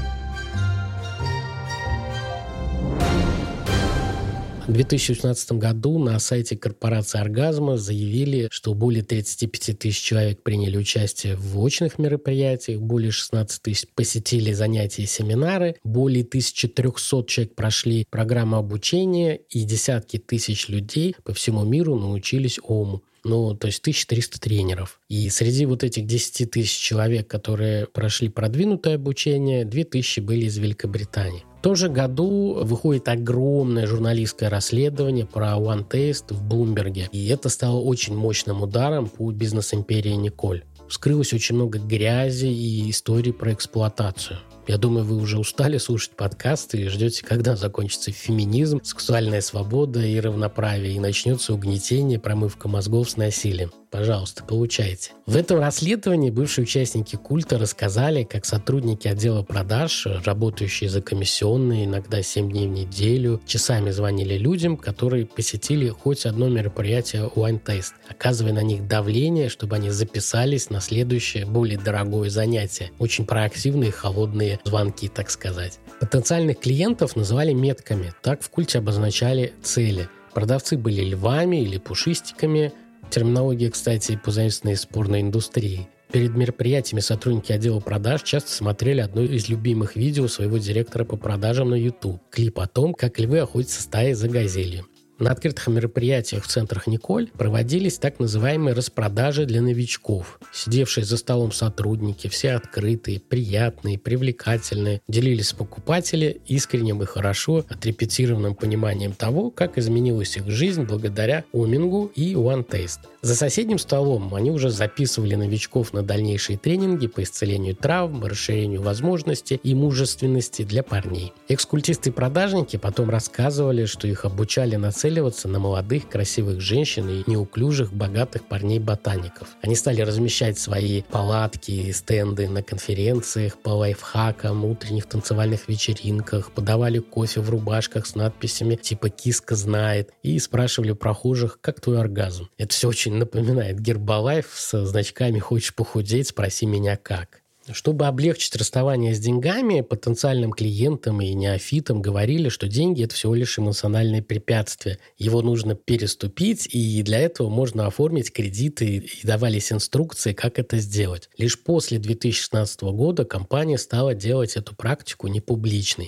В 2018 году на сайте корпорации «Оргазма» заявили, что более 35 тысяч человек приняли участие в очных мероприятиях, более 16 тысяч посетили занятия и семинары, более 1300 человек прошли программу обучения, и десятки тысяч людей по всему миру научились ОМу. То есть 1300 тренеров. И среди вот этих 10 тысяч человек, которые прошли продвинутое обучение, 2000 были из Великобритании. В том же году выходит огромное журналистское расследование про OneTaste в Блумберге. И это стало очень мощным ударом по бизнес-империи Николь. Вскрылось очень много грязи и историй про эксплуатацию. Я думаю, вы уже устали слушать подкасты и ждете, когда закончится феминизм, сексуальная свобода и равноправие, и начнется угнетение, промывка мозгов с насилием. Пожалуйста, получайте. В этом расследовании бывшие участники культа рассказали, как сотрудники отдела продаж, работающие за комиссионные, иногда 7 дней в неделю, часами звонили людям, которые посетили хоть одно мероприятие OneTaste, оказывая на них давление, чтобы они записались на следующее, более дорогое занятие. Очень проактивные, холодные звонки, так сказать. Потенциальных клиентов называли метками. Так в культе обозначали цели. Продавцы были львами или пушистиками. Терминология, кстати, позаимствованная из спорной индустрии. Перед мероприятиями сотрудники отдела продаж часто смотрели одно из любимых видео своего директора по продажам на YouTube. Клип о том, как львы охотятся стаей за газелью. На открытых мероприятиях в центрах Николь проводились так называемые распродажи для новичков. Сидевшие за столом сотрудники, все открытые, приятные, привлекательные, делились с покупателями искренним и хорошо отрепетированным пониманием того, как изменилась их жизнь благодаря омингу и OneTaste. За соседним столом они уже записывали новичков на дальнейшие тренинги по исцелению травм, расширению возможностей и мужественности для парней. Экскультисты-продажники потом рассказывали, что их обучали нацеливаться на молодых, красивых женщин и неуклюжих, богатых парней-ботаников. Они стали размещать свои палатки и стенды на конференциях по лайфхакам, утренних танцевальных вечеринках, подавали кофе в рубашках с надписями типа «Киска знает» и спрашивали прохожих, как твой оргазм. Это все очень напоминает Гербалайф со значками «Хочешь похудеть? Спроси меня как». Чтобы облегчить расставание с деньгами, потенциальным клиентам и неофитам говорили, что деньги – это всего лишь эмоциональное препятствие. Его нужно переступить, и для этого можно оформить кредиты, и давались инструкции, как это сделать. Лишь после 2016 года компания стала делать эту практику непубличной.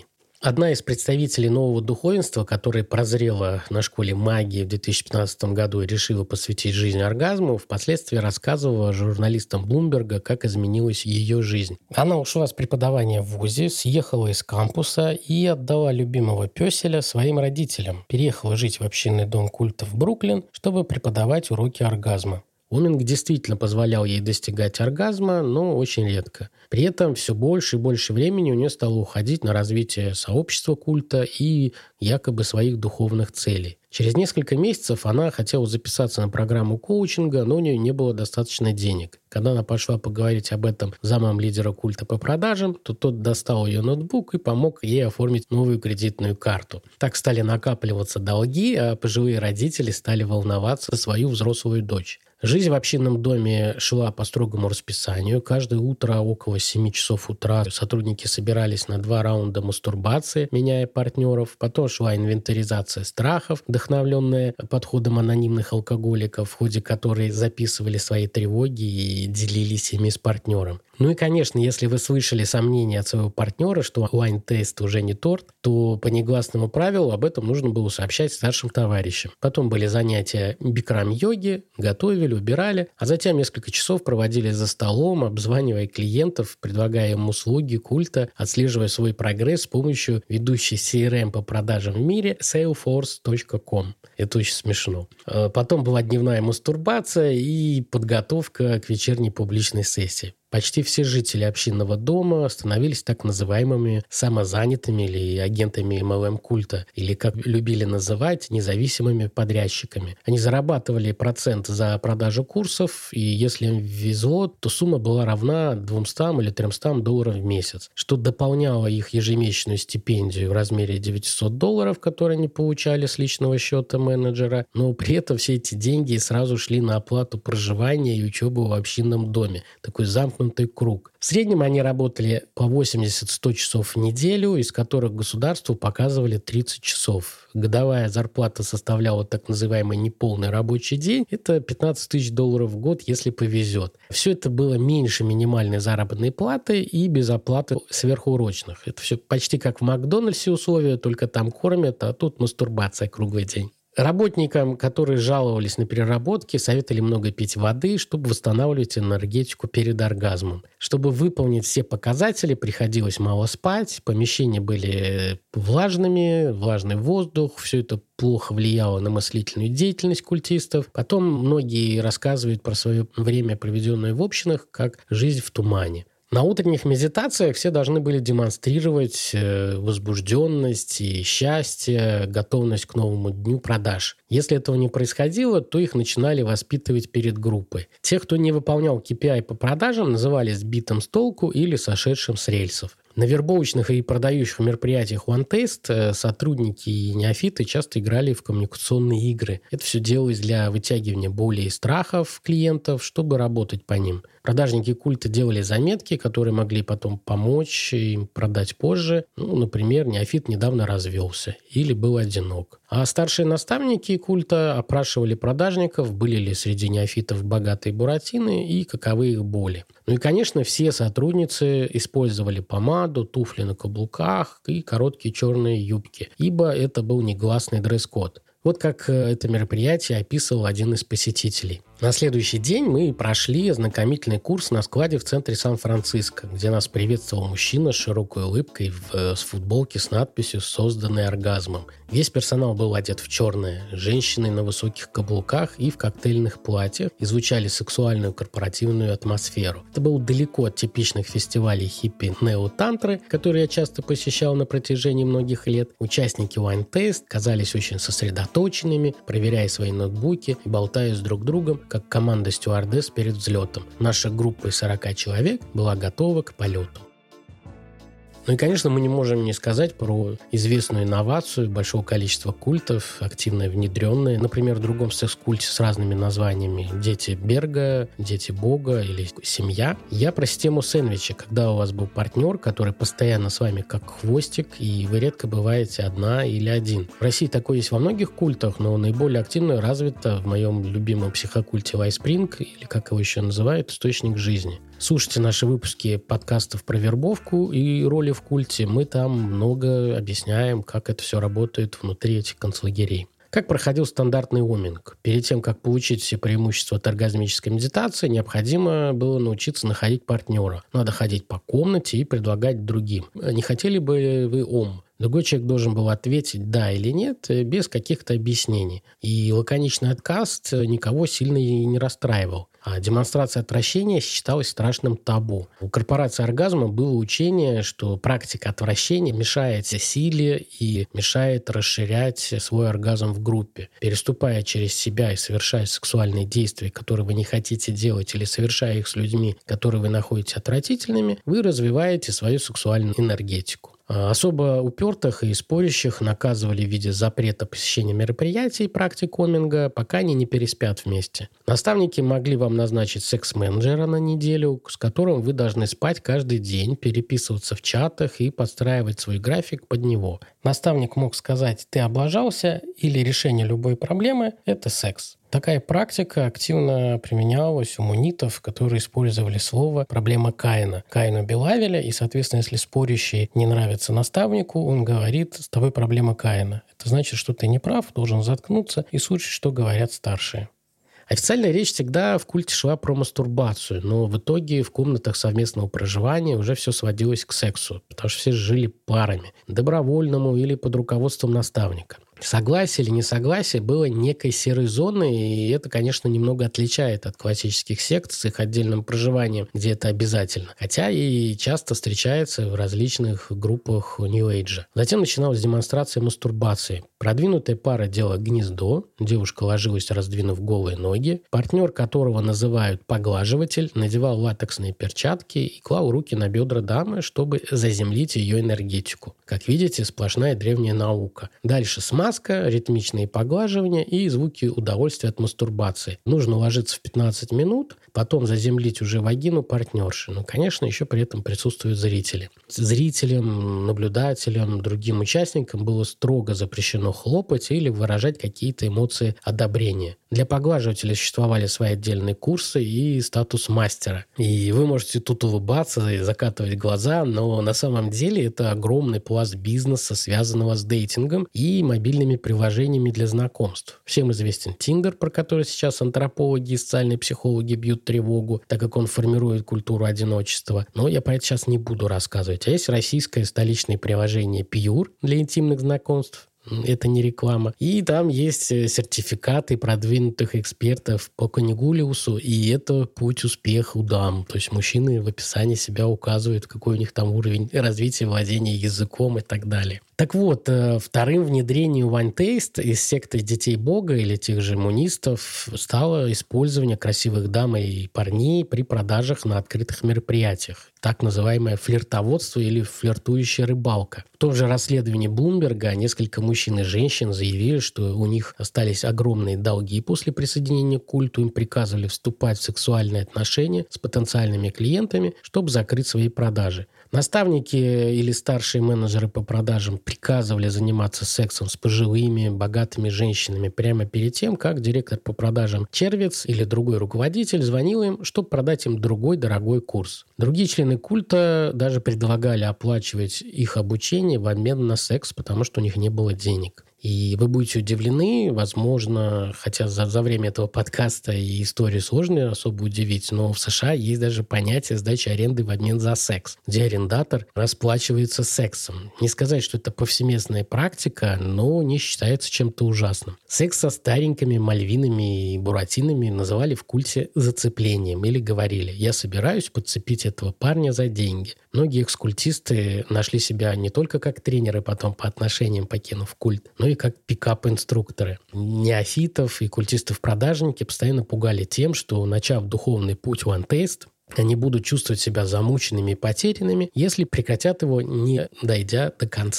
Одна из представителей нового духовенства, которая прозрела на школе магии в 2015 году и решила посвятить жизнь оргазму, впоследствии рассказывала журналистам Блумберга, как изменилась ее жизнь. Она ушла с преподавания в вузе, съехала из кампуса и отдала любимого пёселя своим родителям. Переехала жить в общинный дом культа в Бруклин, чтобы преподавать уроки оргазма. Оминг действительно позволял ей достигать оргазма, но очень редко. При этом все больше и больше времени у нее стало уходить на развитие сообщества культа и якобы своих духовных целей. Через несколько месяцев она хотела записаться на программу коучинга, но у нее не было достаточно денег. Когда она пошла поговорить об этом с замом лидера культа по продажам, то тот достал ее ноутбук и помог ей оформить новую кредитную карту. Так стали накапливаться долги, а пожилые родители стали волноваться за свою взрослую дочь. Жизнь в общинном доме шла по строгому расписанию. Каждое утро около 7 часов утра сотрудники собирались на 2 раунда мастурбации, меняя партнеров. Потом шла инвентаризация страхов, вдохновленная подходом анонимных алкоголиков, в ходе которой записывали свои тревоги и делились ими с партнером. Ну и, конечно, если вы слышали сомнения от своего партнера, что wine-тест уже не торт, то по негласному правилу об этом нужно было сообщать старшим товарищам. Потом были занятия бикрам-йоги, готовили, убирали, а затем несколько часов проводили за столом, обзванивая клиентов, предлагая им услуги культа, отслеживая свой прогресс с помощью ведущей CRM по продажам в мире Salesforce.com. Это очень смешно. Потом была дневная мастурбация и подготовка к вечерней публичной сессии. Почти все жители общинного дома становились так называемыми самозанятыми или агентами MLM-культа, или, как любили называть, независимыми подрядчиками. Они зарабатывали процент за продажу курсов, и если им везло, то сумма была равна $200 или $300 в месяц, что дополняло их ежемесячную стипендию в размере $900, которые они получали с личного счета менеджера, но при этом все эти деньги сразу шли на оплату проживания и учебу в общинном доме. Такой замкнутый круг. В среднем они работали по 80-100 часов в неделю, из которых государству показывали 30 часов. Годовая зарплата составляла так называемый неполный рабочий день. Это $15 000 в год, если повезет. Все это было меньше минимальной заработной платы и без оплаты сверхурочных. Это все почти как в Макдональдсе условия, только там кормят, а тут мастурбация круглый день. Работникам, которые жаловались на переработки, советовали много пить воды, чтобы восстанавливать энергетику перед оргазмом. Чтобы выполнить все показатели, приходилось мало спать, помещения были влажными, влажный воздух, все это плохо влияло на мыслительную деятельность культистов. Потом многие рассказывают про свое время, проведенное в общинах, как жизнь в тумане. На утренних медитациях все должны были демонстрировать возбужденность и счастье, готовность к новому дню продаж. Если этого не происходило, то их начинали воспитывать перед группой. Тех, кто не выполнял KPI по продажам, называли сбитым с толку или сошедшим с рельсов. На вербовочных и продающих мероприятиях OneTaste сотрудники и неофиты часто играли в коммуникационные игры. Это все делалось для вытягивания боли и страхов клиентов, чтобы работать по ним. Продажники культа делали заметки, которые могли потом помочь им продать позже. Например, неофит недавно развелся или был одинок. А старшие наставники культа опрашивали продажников, были ли среди неофитов богатые буратины и каковы их боли. Ну и, конечно, все сотрудницы использовали помаду, туфли на каблуках и короткие черные юбки, ибо это был негласный дресс-код. Вот как это мероприятие описывал один из посетителей. На следующий день мы прошли ознакомительный курс на складе в центре Сан-Франциско, где нас приветствовал мужчина с широкой улыбкой с футболке с надписью «Созданный оргазмом». Весь персонал был одет в черное. Женщины на высоких каблуках и в коктейльных платьях излучали сексуальную корпоративную атмосферу. Это было далеко от типичных фестивалей хиппи нео-тантры, которые я часто посещал на протяжении многих лет. Участники OneTaste казались очень сосредоточенными, проверяя свои ноутбуки и болтая с друг другом, как команда стюардесс перед взлетом. Наша группа из 40 человек была готова к полету. Ну и, конечно, мы не можем не сказать про известную инновацию большого количества культов, активно внедренные. Например, в другом секс-культе с разными названиями «Дети Берга», «Дети Бога» или «Семья». Я про систему сэндвича, когда у вас был партнер, который постоянно с вами как хвостик, и вы редко бываете одна или один. В России такое есть во многих культах, но наиболее активно развито в моем любимом психокульте Лайспринг, или как его еще называют, «Источник жизни». Слушайте наши выпуски подкастов про вербовку и роли в культе. Мы там много объясняем, как это все работает внутри этих концлагерей. Как проходил стандартный оминг? Перед тем, как получить все преимущества от оргазмической медитации, необходимо было научиться находить партнера. Надо ходить по комнате и предлагать другим. Не хотели бы вы ом? Другой человек должен был ответить «да» или «нет» без каких-то объяснений. И лаконичный отказ никого сильно и не расстраивал. А демонстрация отвращения считалась страшным табу. У корпорации оргазма было учение, что практика отвращения мешает силе и мешает расширять свой оргазм в группе. Переступая через себя и совершая сексуальные действия, которые вы не хотите делать, или совершая их с людьми, которые вы находите отвратительными, вы развиваете свою сексуальную энергетику. Особо упертых и спорящих наказывали в виде запрета посещения мероприятий и практик оминга, пока они не переспят вместе. Наставники могли вам назначить секс-менеджера на неделю, с которым вы должны спать каждый день, переписываться в чатах и подстраивать свой график под него. Наставник мог сказать «ты облажался» или «решение любой проблемы – это секс». Такая практика активно применялась у мунитов, которые использовали слово «проблема Каина». Каину белавили, и, соответственно, если спорящий не нравится наставнику, он говорит «с тобой проблема Каина». Это значит, что ты не прав, должен заткнуться и слушать, что говорят старшие. Официальная речь всегда в культе шла про мастурбацию, но в итоге в комнатах совместного проживания уже все сводилось к сексу, потому что все жили парами, добровольному или под руководством наставника. Согласие или несогласие было некой серой зоной, и это, конечно, немного отличает от классических сект с их отдельным проживанием, где это обязательно. Хотя и часто встречается в различных группах New Age. Затем начиналась демонстрация мастурбации. Продвинутая пара делала гнездо, девушка ложилась, раздвинув голые ноги, партнер, которого называют поглаживатель, надевал латексные перчатки и клал руки на бедра дамы, чтобы заземлить ее энергетику. Как видите, сплошная древняя наука. Дальше смазка, ритмичные поглаживания и звуки удовольствия от мастурбации. Нужно ложиться в 15 минут, потом заземлить уже вагину партнерши. Но, конечно, еще при этом присутствуют зрители. Зрителям, наблюдателям, другим участникам было строго запрещено хлопать или выражать какие-то эмоции одобрения. Для поглаживателей существовали свои отдельные курсы и статус мастера. И вы можете тут улыбаться и закатывать глаза, но на самом деле это огромный пласт бизнеса, связанного с дейтингом и мобильными приложениями для знакомств. Всем известен Tinder, про который сейчас антропологи и социальные психологи бьют тревогу, так как он формирует культуру одиночества. Но я про это сейчас не буду рассказывать. А есть российское столичное приложение Pure для интимных знакомств. Это не реклама. И там есть сертификаты продвинутых экспертов по Канигулиусу, и это путь успеха у дам. То есть мужчины в описании себя указывают, какой у них там уровень развития, владения языком и так далее. Так вот, вторым внедрением One Taste из секты Детей Бога или тех же мунистов стало использование красивых дам и парней при продажах на открытых мероприятиях. Так называемое флиртоводство или флиртующая рыбалка. В том же расследовании Блумберга несколько мужчин и женщин заявили, что у них остались огромные долги после присоединения к культу. Им приказывали вступать в сексуальные отношения с потенциальными клиентами, чтобы закрыть свои продажи. Наставники или старшие менеджеры по продажам приказывали заниматься сексом с пожилыми, богатыми женщинами прямо перед тем, как директор по продажам Червец или другой руководитель звонил им, чтобы продать им другой дорогой курс. Другие члены культа даже предлагали оплачивать их обучение в обмен на секс, потому что у них не было денег. И вы будете удивлены, возможно, хотя за время этого подкаста и истории сложно особо удивить, но в США есть даже понятие сдачи аренды в обмен за секс, где арендатор расплачивается сексом. Не сказать, что это повсеместная практика, но не считается чем-то ужасным. Секс со старенькими мальвинами и буратинами называли в культе зацеплением или говорили: «Я собираюсь подцепить этого парня за деньги». Многие экскультисты нашли себя не только как тренеры потом по отношениям, покинув культ, но и как пикап-инструкторы. Неофитов и культистов-продажники постоянно пугали тем, что, начав духовный путь One Taste, они будут чувствовать себя замученными и потерянными, если прекратят его, не дойдя до конца.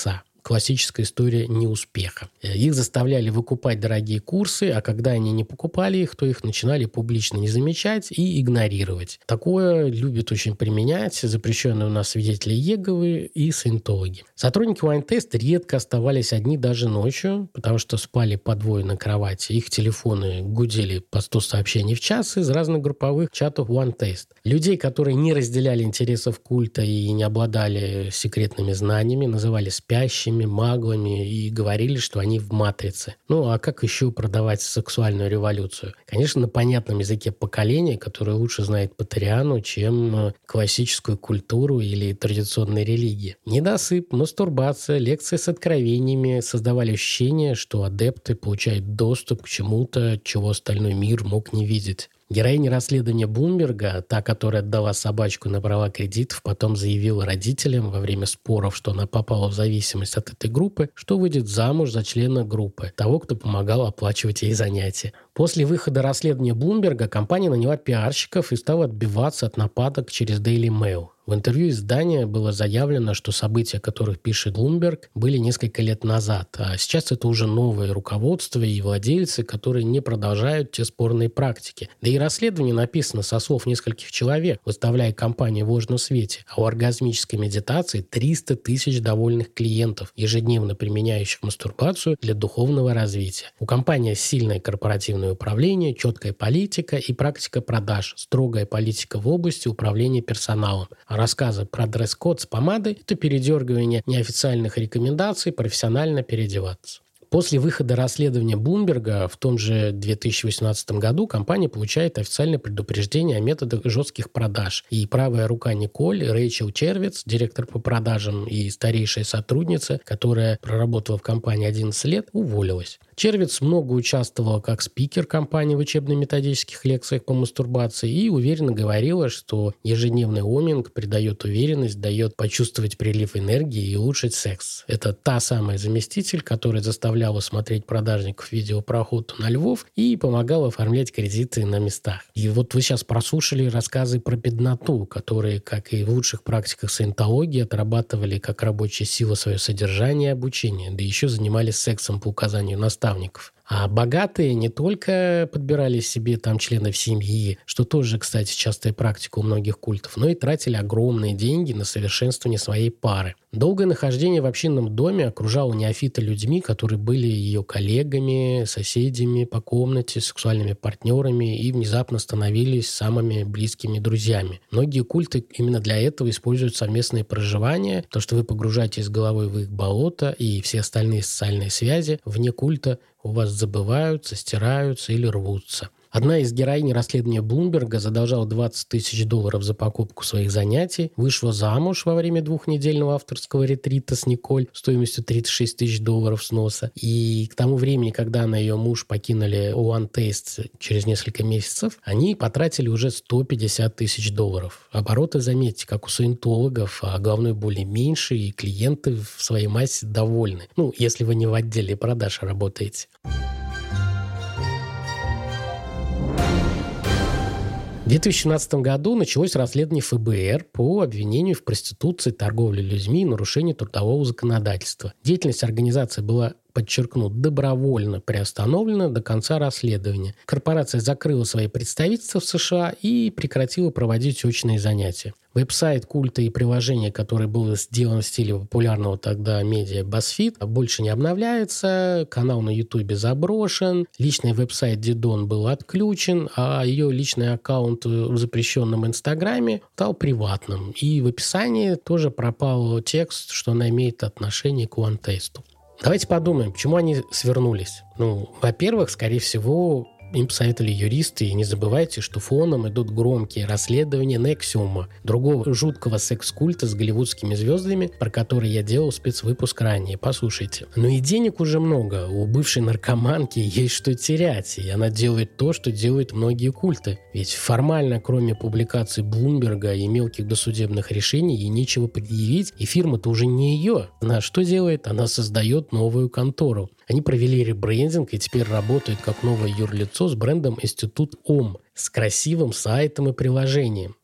классическая история неуспеха. Их заставляли выкупать дорогие курсы, а когда они не покупали их, то их начинали публично не замечать и игнорировать. Такое любят очень применять запрещенные у нас свидетели Иеговы и саентологи. Сотрудники OneTest редко оставались одни даже ночью, потому что спали по двое на кровати. Их телефоны гудели по 100 сообщений в час из разных групповых чатов OneTest. Людей, которые не разделяли интересов культа и не обладали секретными знаниями, называли спящими, маглами и говорили, что они в матрице. Ну, а как еще продавать сексуальную революцию? Конечно, на понятном языке поколения, которое лучше знает Патериану, чем классическую культуру или традиционные религии. Недосып, мастурбация, лекции с откровениями создавали ощущение, что адепты получают доступ к чему-то, чего остальной мир мог не видеть. Героиня расследования Блумберга, та, которая отдала собачку на права кредитов, потом заявила родителям во время споров, что она попала в зависимость от этой группы, что выйдет замуж за члена группы, того, кто помогал оплачивать ей занятия. После выхода расследования Блумберга компания наняла пиарщиков и стала отбиваться от нападок через Daily Mail. В интервью издания было заявлено, что события, о которых пишет Блумберг, были несколько лет назад, а сейчас это уже новое руководство и владельцы, которые не продолжают те спорные практики. Да и расследование написано со слов нескольких человек, выставляя компанию в ложном свете, а у оргазмической медитации 300 тысяч довольных клиентов, ежедневно применяющих мастурбацию для духовного развития. У компании сильное корпоративное управление, четкая политика и практика продаж, строгая политика в области управления персоналом. Рассказы про дресс-код с помадой – это передергивание неофициальных рекомендаций профессионально переодеваться. После выхода расследования Блумберга в том же 2018 году компания получает официальное предупреждение о методах жестких продаж. И правая рука Николь, Рэйчел Червиц, директор по продажам и старейшая сотрудница, которая проработала в компании 11 лет, уволилась. Червиц много участвовала как спикер компании в учебно-методических лекциях по мастурбации и уверенно говорила, что ежедневный оминг придает уверенность, дает почувствовать прилив энергии и улучшить секс. Это та самая заместитель, которая заставляла смотреть продажников видео про охоту на львов и помогала оформлять кредиты на местах. И вот вы сейчас прослушали рассказы про бедноту, которые, как и в лучших практиках саентологии, отрабатывали как рабочая сила свое содержание и обучение, да еще занимались сексом по указанию наставников. А богатые не только подбирали себе там членов семьи, что тоже, кстати, частая практика у многих культов, но и тратили огромные деньги на совершенствование своей пары. Долгое нахождение в общинном доме окружало неофита людьми, которые были ее коллегами, соседями по комнате, сексуальными партнерами и внезапно становились самыми близкими друзьями. Многие культы именно для этого используют совместные проживания, то, что вы погружаетесь головой в их болото, и все остальные социальные связи вне культа у вас забываются, стираются или рвутся. Одна из героинь расследования Блумберга задолжала $20 тысяч за покупку своих занятий, вышла замуж во время 2-недельного авторского ретрита с Николь стоимостью $36 тысяч сноса. И к тому времени, когда она и ее муж покинули OneTest через несколько месяцев, они потратили уже $150 тысяч. Обороты, заметьте, как у саентологов, а головной боли меньше, и клиенты в своей массе довольны. Если вы не в отделе продаж работаете. В 2017 году началось расследование ФБР по обвинению в проституции, торговле людьми и нарушении трудового законодательства. Деятельность организации была, подчеркну, добровольно приостановлена до конца расследования. Корпорация закрыла свои представительства в США и прекратила проводить очные занятия. Веб-сайт культа и приложение, которое было сделано в стиле популярного тогда медиа BuzzFeed, больше не обновляется, канал на YouTube заброшен, личный веб-сайт Дидон был отключен, а ее личный аккаунт в запрещенном Инстаграме стал приватным. И в описании тоже пропал текст, что она имеет отношение к OneTest. Давайте подумаем, почему они свернулись. Во-первых, скорее всего, им посоветовали юристы, и не забывайте, что фоном идут громкие расследования NXIVM, другого жуткого секс-культа с голливудскими звездами, про который я делал спецвыпуск ранее. Послушайте. Но и денег уже много. У бывшей наркоманки есть что терять, и она делает то, что делают многие культы. Ведь формально, кроме публикаций Блумберга и мелких досудебных решений, ей нечего предъявить, и фирма-то уже не ее. Она что делает? Она создает новую контору. Они провели ребрендинг и теперь работают как новое юрлицо с брендом Институт ОМ, с красивым сайтом и приложением.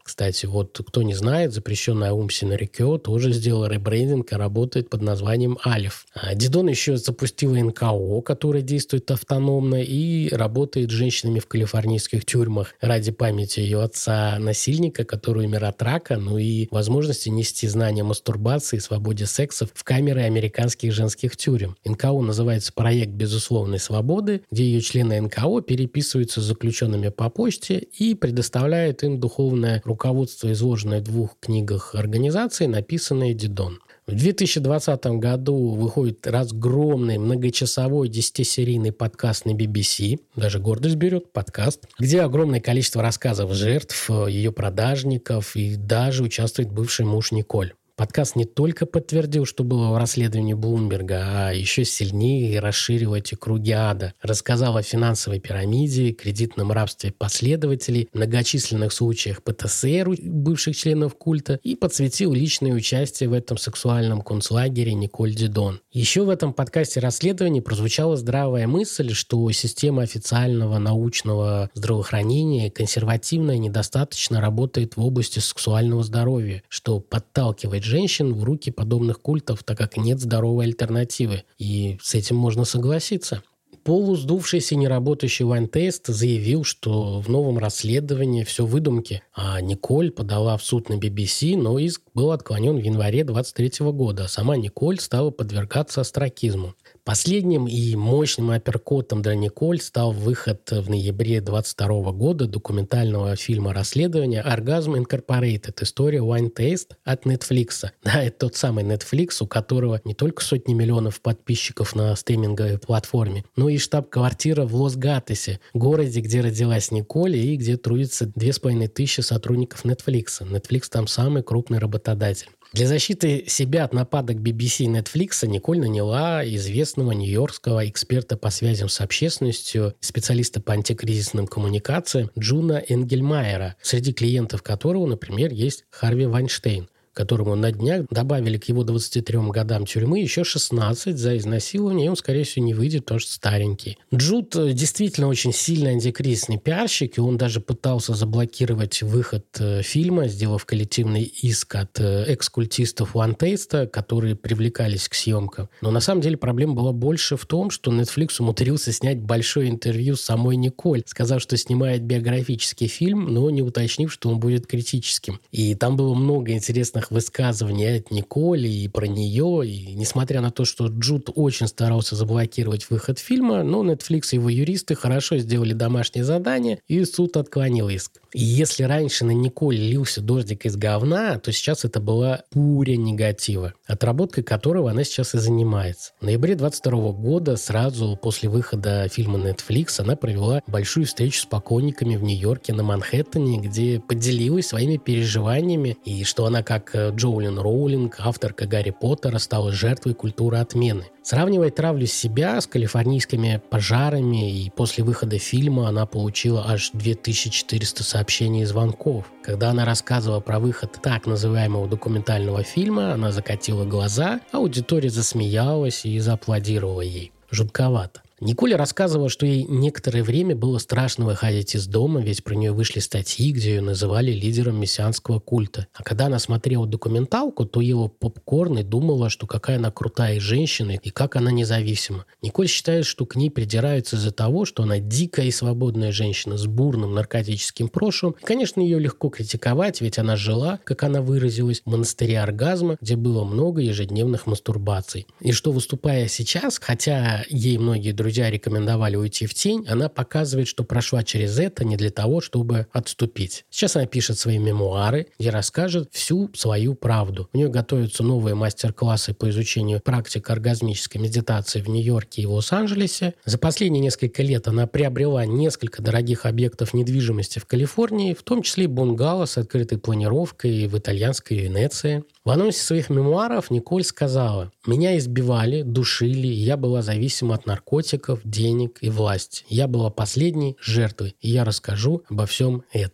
Кстати, вот кто не знает, запрещенная Аум Синрикё тоже сделала ребрендинг и работает под названием Алиф. Дидон еще запустила НКО, которая действует автономно и работает с женщинами в калифорнийских тюрьмах ради памяти ее отца-насильника, который умер от рака, ну и возможности нести знания мастурбации и свободе секса в камеры американских женских тюрем. НКО называется «Проект безусловной свободы», где ее члены НКО переписываются с заключенными по почте и предоставляют им духовное руководство, изложенное в 2 книгах организации, написанное Дидон. В 2020 году выходит разгромный многочасовой 10-серийный подкаст на BBC, даже гордость берет, подкаст, где огромное количество рассказов жертв, ее продажников и даже участвует бывший муж Николь. Подкаст не только подтвердил, что было в расследовании Блумберга, а еще сильнее расширил эти круги ада. Рассказал о финансовой пирамиде, кредитном рабстве последователей, многочисленных случаях ПТСР у бывших членов культа и подсветил личное участие в этом сексуальном концлагере Николь Дидон. Еще в этом подкасте расследований прозвучала здравая мысль, что система официального научного здравоохранения консервативно и недостаточно работает в области сексуального здоровья, что подталкивает женщин в руки подобных культов, так как нет здоровой альтернативы. И с этим можно согласиться. Полусдувшийся неработающий Вайн-тест заявил, что в новом расследовании все выдумки, а Николь подала в суд на BBC, но иск был отклонен в январе 2023 года, а сама Николь стала подвергаться остракизму. Последним и мощным апперкотом для Николь стал выход в ноябре 2022 года документального фильма расследования «Orgasm Incorporated. История Wine-Taste» от Netflix. Да, это тот самый Netflix, у которого не только сотни миллионов подписчиков на стриминговой платформе, но и штаб-квартира в Лос-Гатосе, городе, где родилась Николь и где трудится 2500 сотрудников Netflix. Netflix там самый крупный работодатель. Для защиты себя от нападок BBC и Netflix Николь наняла известного нью-йоркского эксперта по связям с общественностью, специалиста по антикризисным коммуникациям Джуна Энгельмайера, среди клиентов которого, например, есть Харви Вайнштейн, которому на днях добавили к его 23 годам тюрьмы еще 16 за изнасилование, и он, скорее всего, не выйдет, потому что старенький. Джуд действительно очень сильный антикризисный пиарщик, и он даже пытался заблокировать выход фильма, сделав коллективный иск от экс-культистов Вайн-Тейста, которые привлекались к съемкам. Но на самом деле проблема была больше в том, что Netflix умудрился снять большое интервью с самой Николь, сказав, что снимает биографический фильм, но не уточнив, что он будет критическим. И там было много интересных высказываний от Николь и про нее. И несмотря на то, что Джуд очень старался заблокировать выход фильма, но Netflix и его юристы хорошо сделали домашнее задание, и суд отклонил иск. И если раньше на Николь лился дождик из говна, то сейчас это была буря негатива, отработкой которого она сейчас и занимается. В ноябре 2022 года, сразу после выхода фильма Netflix, она провела большую встречу с покойниками в Нью-Йорке на Манхэттене, где поделилась своими переживаниями, и что она, как Джоулин Роулинг, авторка Гарри Поттера, стала жертвой культуры отмены. Сравнивая травлю себя с калифорнийскими пожарами, и после выхода фильма она получила аж 2400 сообщений и звонков. Когда она рассказывала про выход так называемого документального фильма, она закатила глаза, аудитория засмеялась и зааплодировала ей. Жутковато. Николь рассказывала, что ей некоторое время было страшно выходить из дома, ведь про нее вышли статьи, где ее называли лидером мессианского культа. А когда она смотрела документалку, то ела попкорн и думала, что какая она крутая женщина и как она независима. Николь считает, что к ней придираются из-за того, что она дикая и свободная женщина с бурным наркотическим прошлым. И, конечно, ее легко критиковать, ведь она жила, как она выразилась, в монастыре оргазма, где было много ежедневных мастурбаций. И что, выступая сейчас, хотя ей многие друзья рекомендовали уйти в тень, она показывает, что прошла через это не для того, чтобы отступить. Сейчас она пишет свои мемуары, где расскажет всю свою правду. У нее готовятся новые мастер-классы по изучению практик оргазмической медитации в Нью-Йорке и Лос-Анджелесе. За последние несколько лет она приобрела несколько дорогих объектов недвижимости в Калифорнии, в том числе и бунгало с открытой планировкой в итальянской Венеции. В анонсе своих мемуаров Николь сказала: «Меня избивали, душили, и я была зависима от наркотиков, денег и власти. Я была последней жертвой, и я расскажу обо всем этом».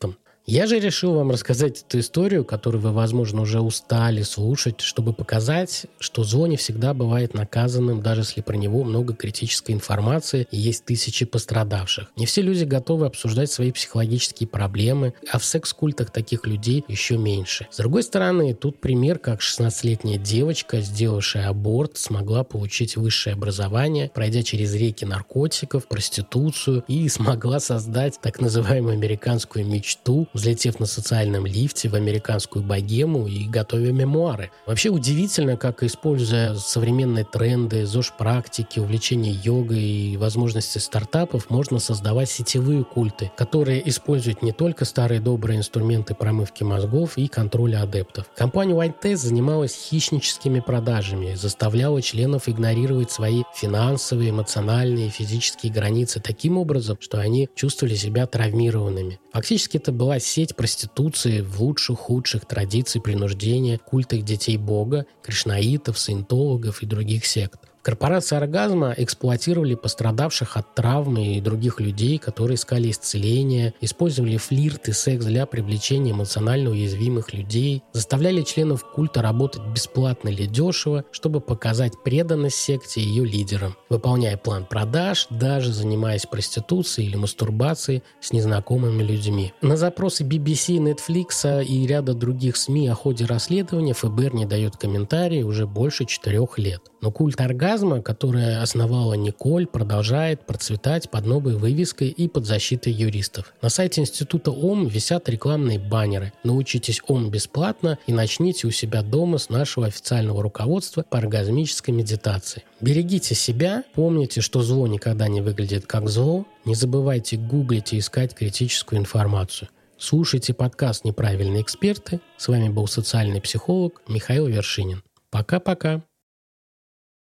Я же решил вам рассказать эту историю, которую вы, возможно, уже устали слушать, чтобы показать, что зло не всегда бывает наказанным, даже если про него много критической информации и есть тысячи пострадавших. Не все люди готовы обсуждать свои психологические проблемы, а в секс-культах таких людей еще меньше. С другой стороны, тут пример, как 16-летняя девочка, сделавшая аборт, смогла получить высшее образование, пройдя через реки наркотиков, проституцию, и смогла создать так называемую американскую мечту, взлетев на социальном лифте в американскую богему и готовя мемуары. Вообще удивительно, как, используя современные тренды, ЗОЖ-практики, увлечение йогой и возможности стартапов, можно создавать сетевые культы, которые используют не только старые добрые инструменты промывки мозгов и контроля адептов. Компания White Test занималась хищническими продажами, заставляла членов игнорировать свои финансовые, эмоциональные и физические границы таким образом, что они чувствовали себя травмированными. Фактически это была сеть проституции в лучших-худших традиций принуждения, культах детей Бога, кришнаитов, саентологов и других сект. Корпорации оргазма эксплуатировали пострадавших от травмы и других людей, которые искали исцеления, использовали флирт и секс для привлечения эмоционально уязвимых людей, заставляли членов культа работать бесплатно или дешево, чтобы показать преданность секте и ее лидерам, выполняя план продаж, даже занимаясь проституцией или мастурбацией с незнакомыми людьми. На запросы BBC, Netflix и ряда других СМИ о ходе расследования ФБР не дает комментарии уже больше 4 лет. Но культ оргазма, который основала Николь, продолжает процветать под новой вывеской и под защитой юристов. На сайте Института ОМ висят рекламные баннеры. Научитесь ОМ бесплатно и начните у себя дома с нашего официального руководства по оргазмической медитации. Берегите себя, помните, что зло никогда не выглядит как зло, не забывайте гуглить и искать критическую информацию. Слушайте подкаст «Неправильные эксперты». С вами был социальный психолог Михаил Вершинин. Пока-пока.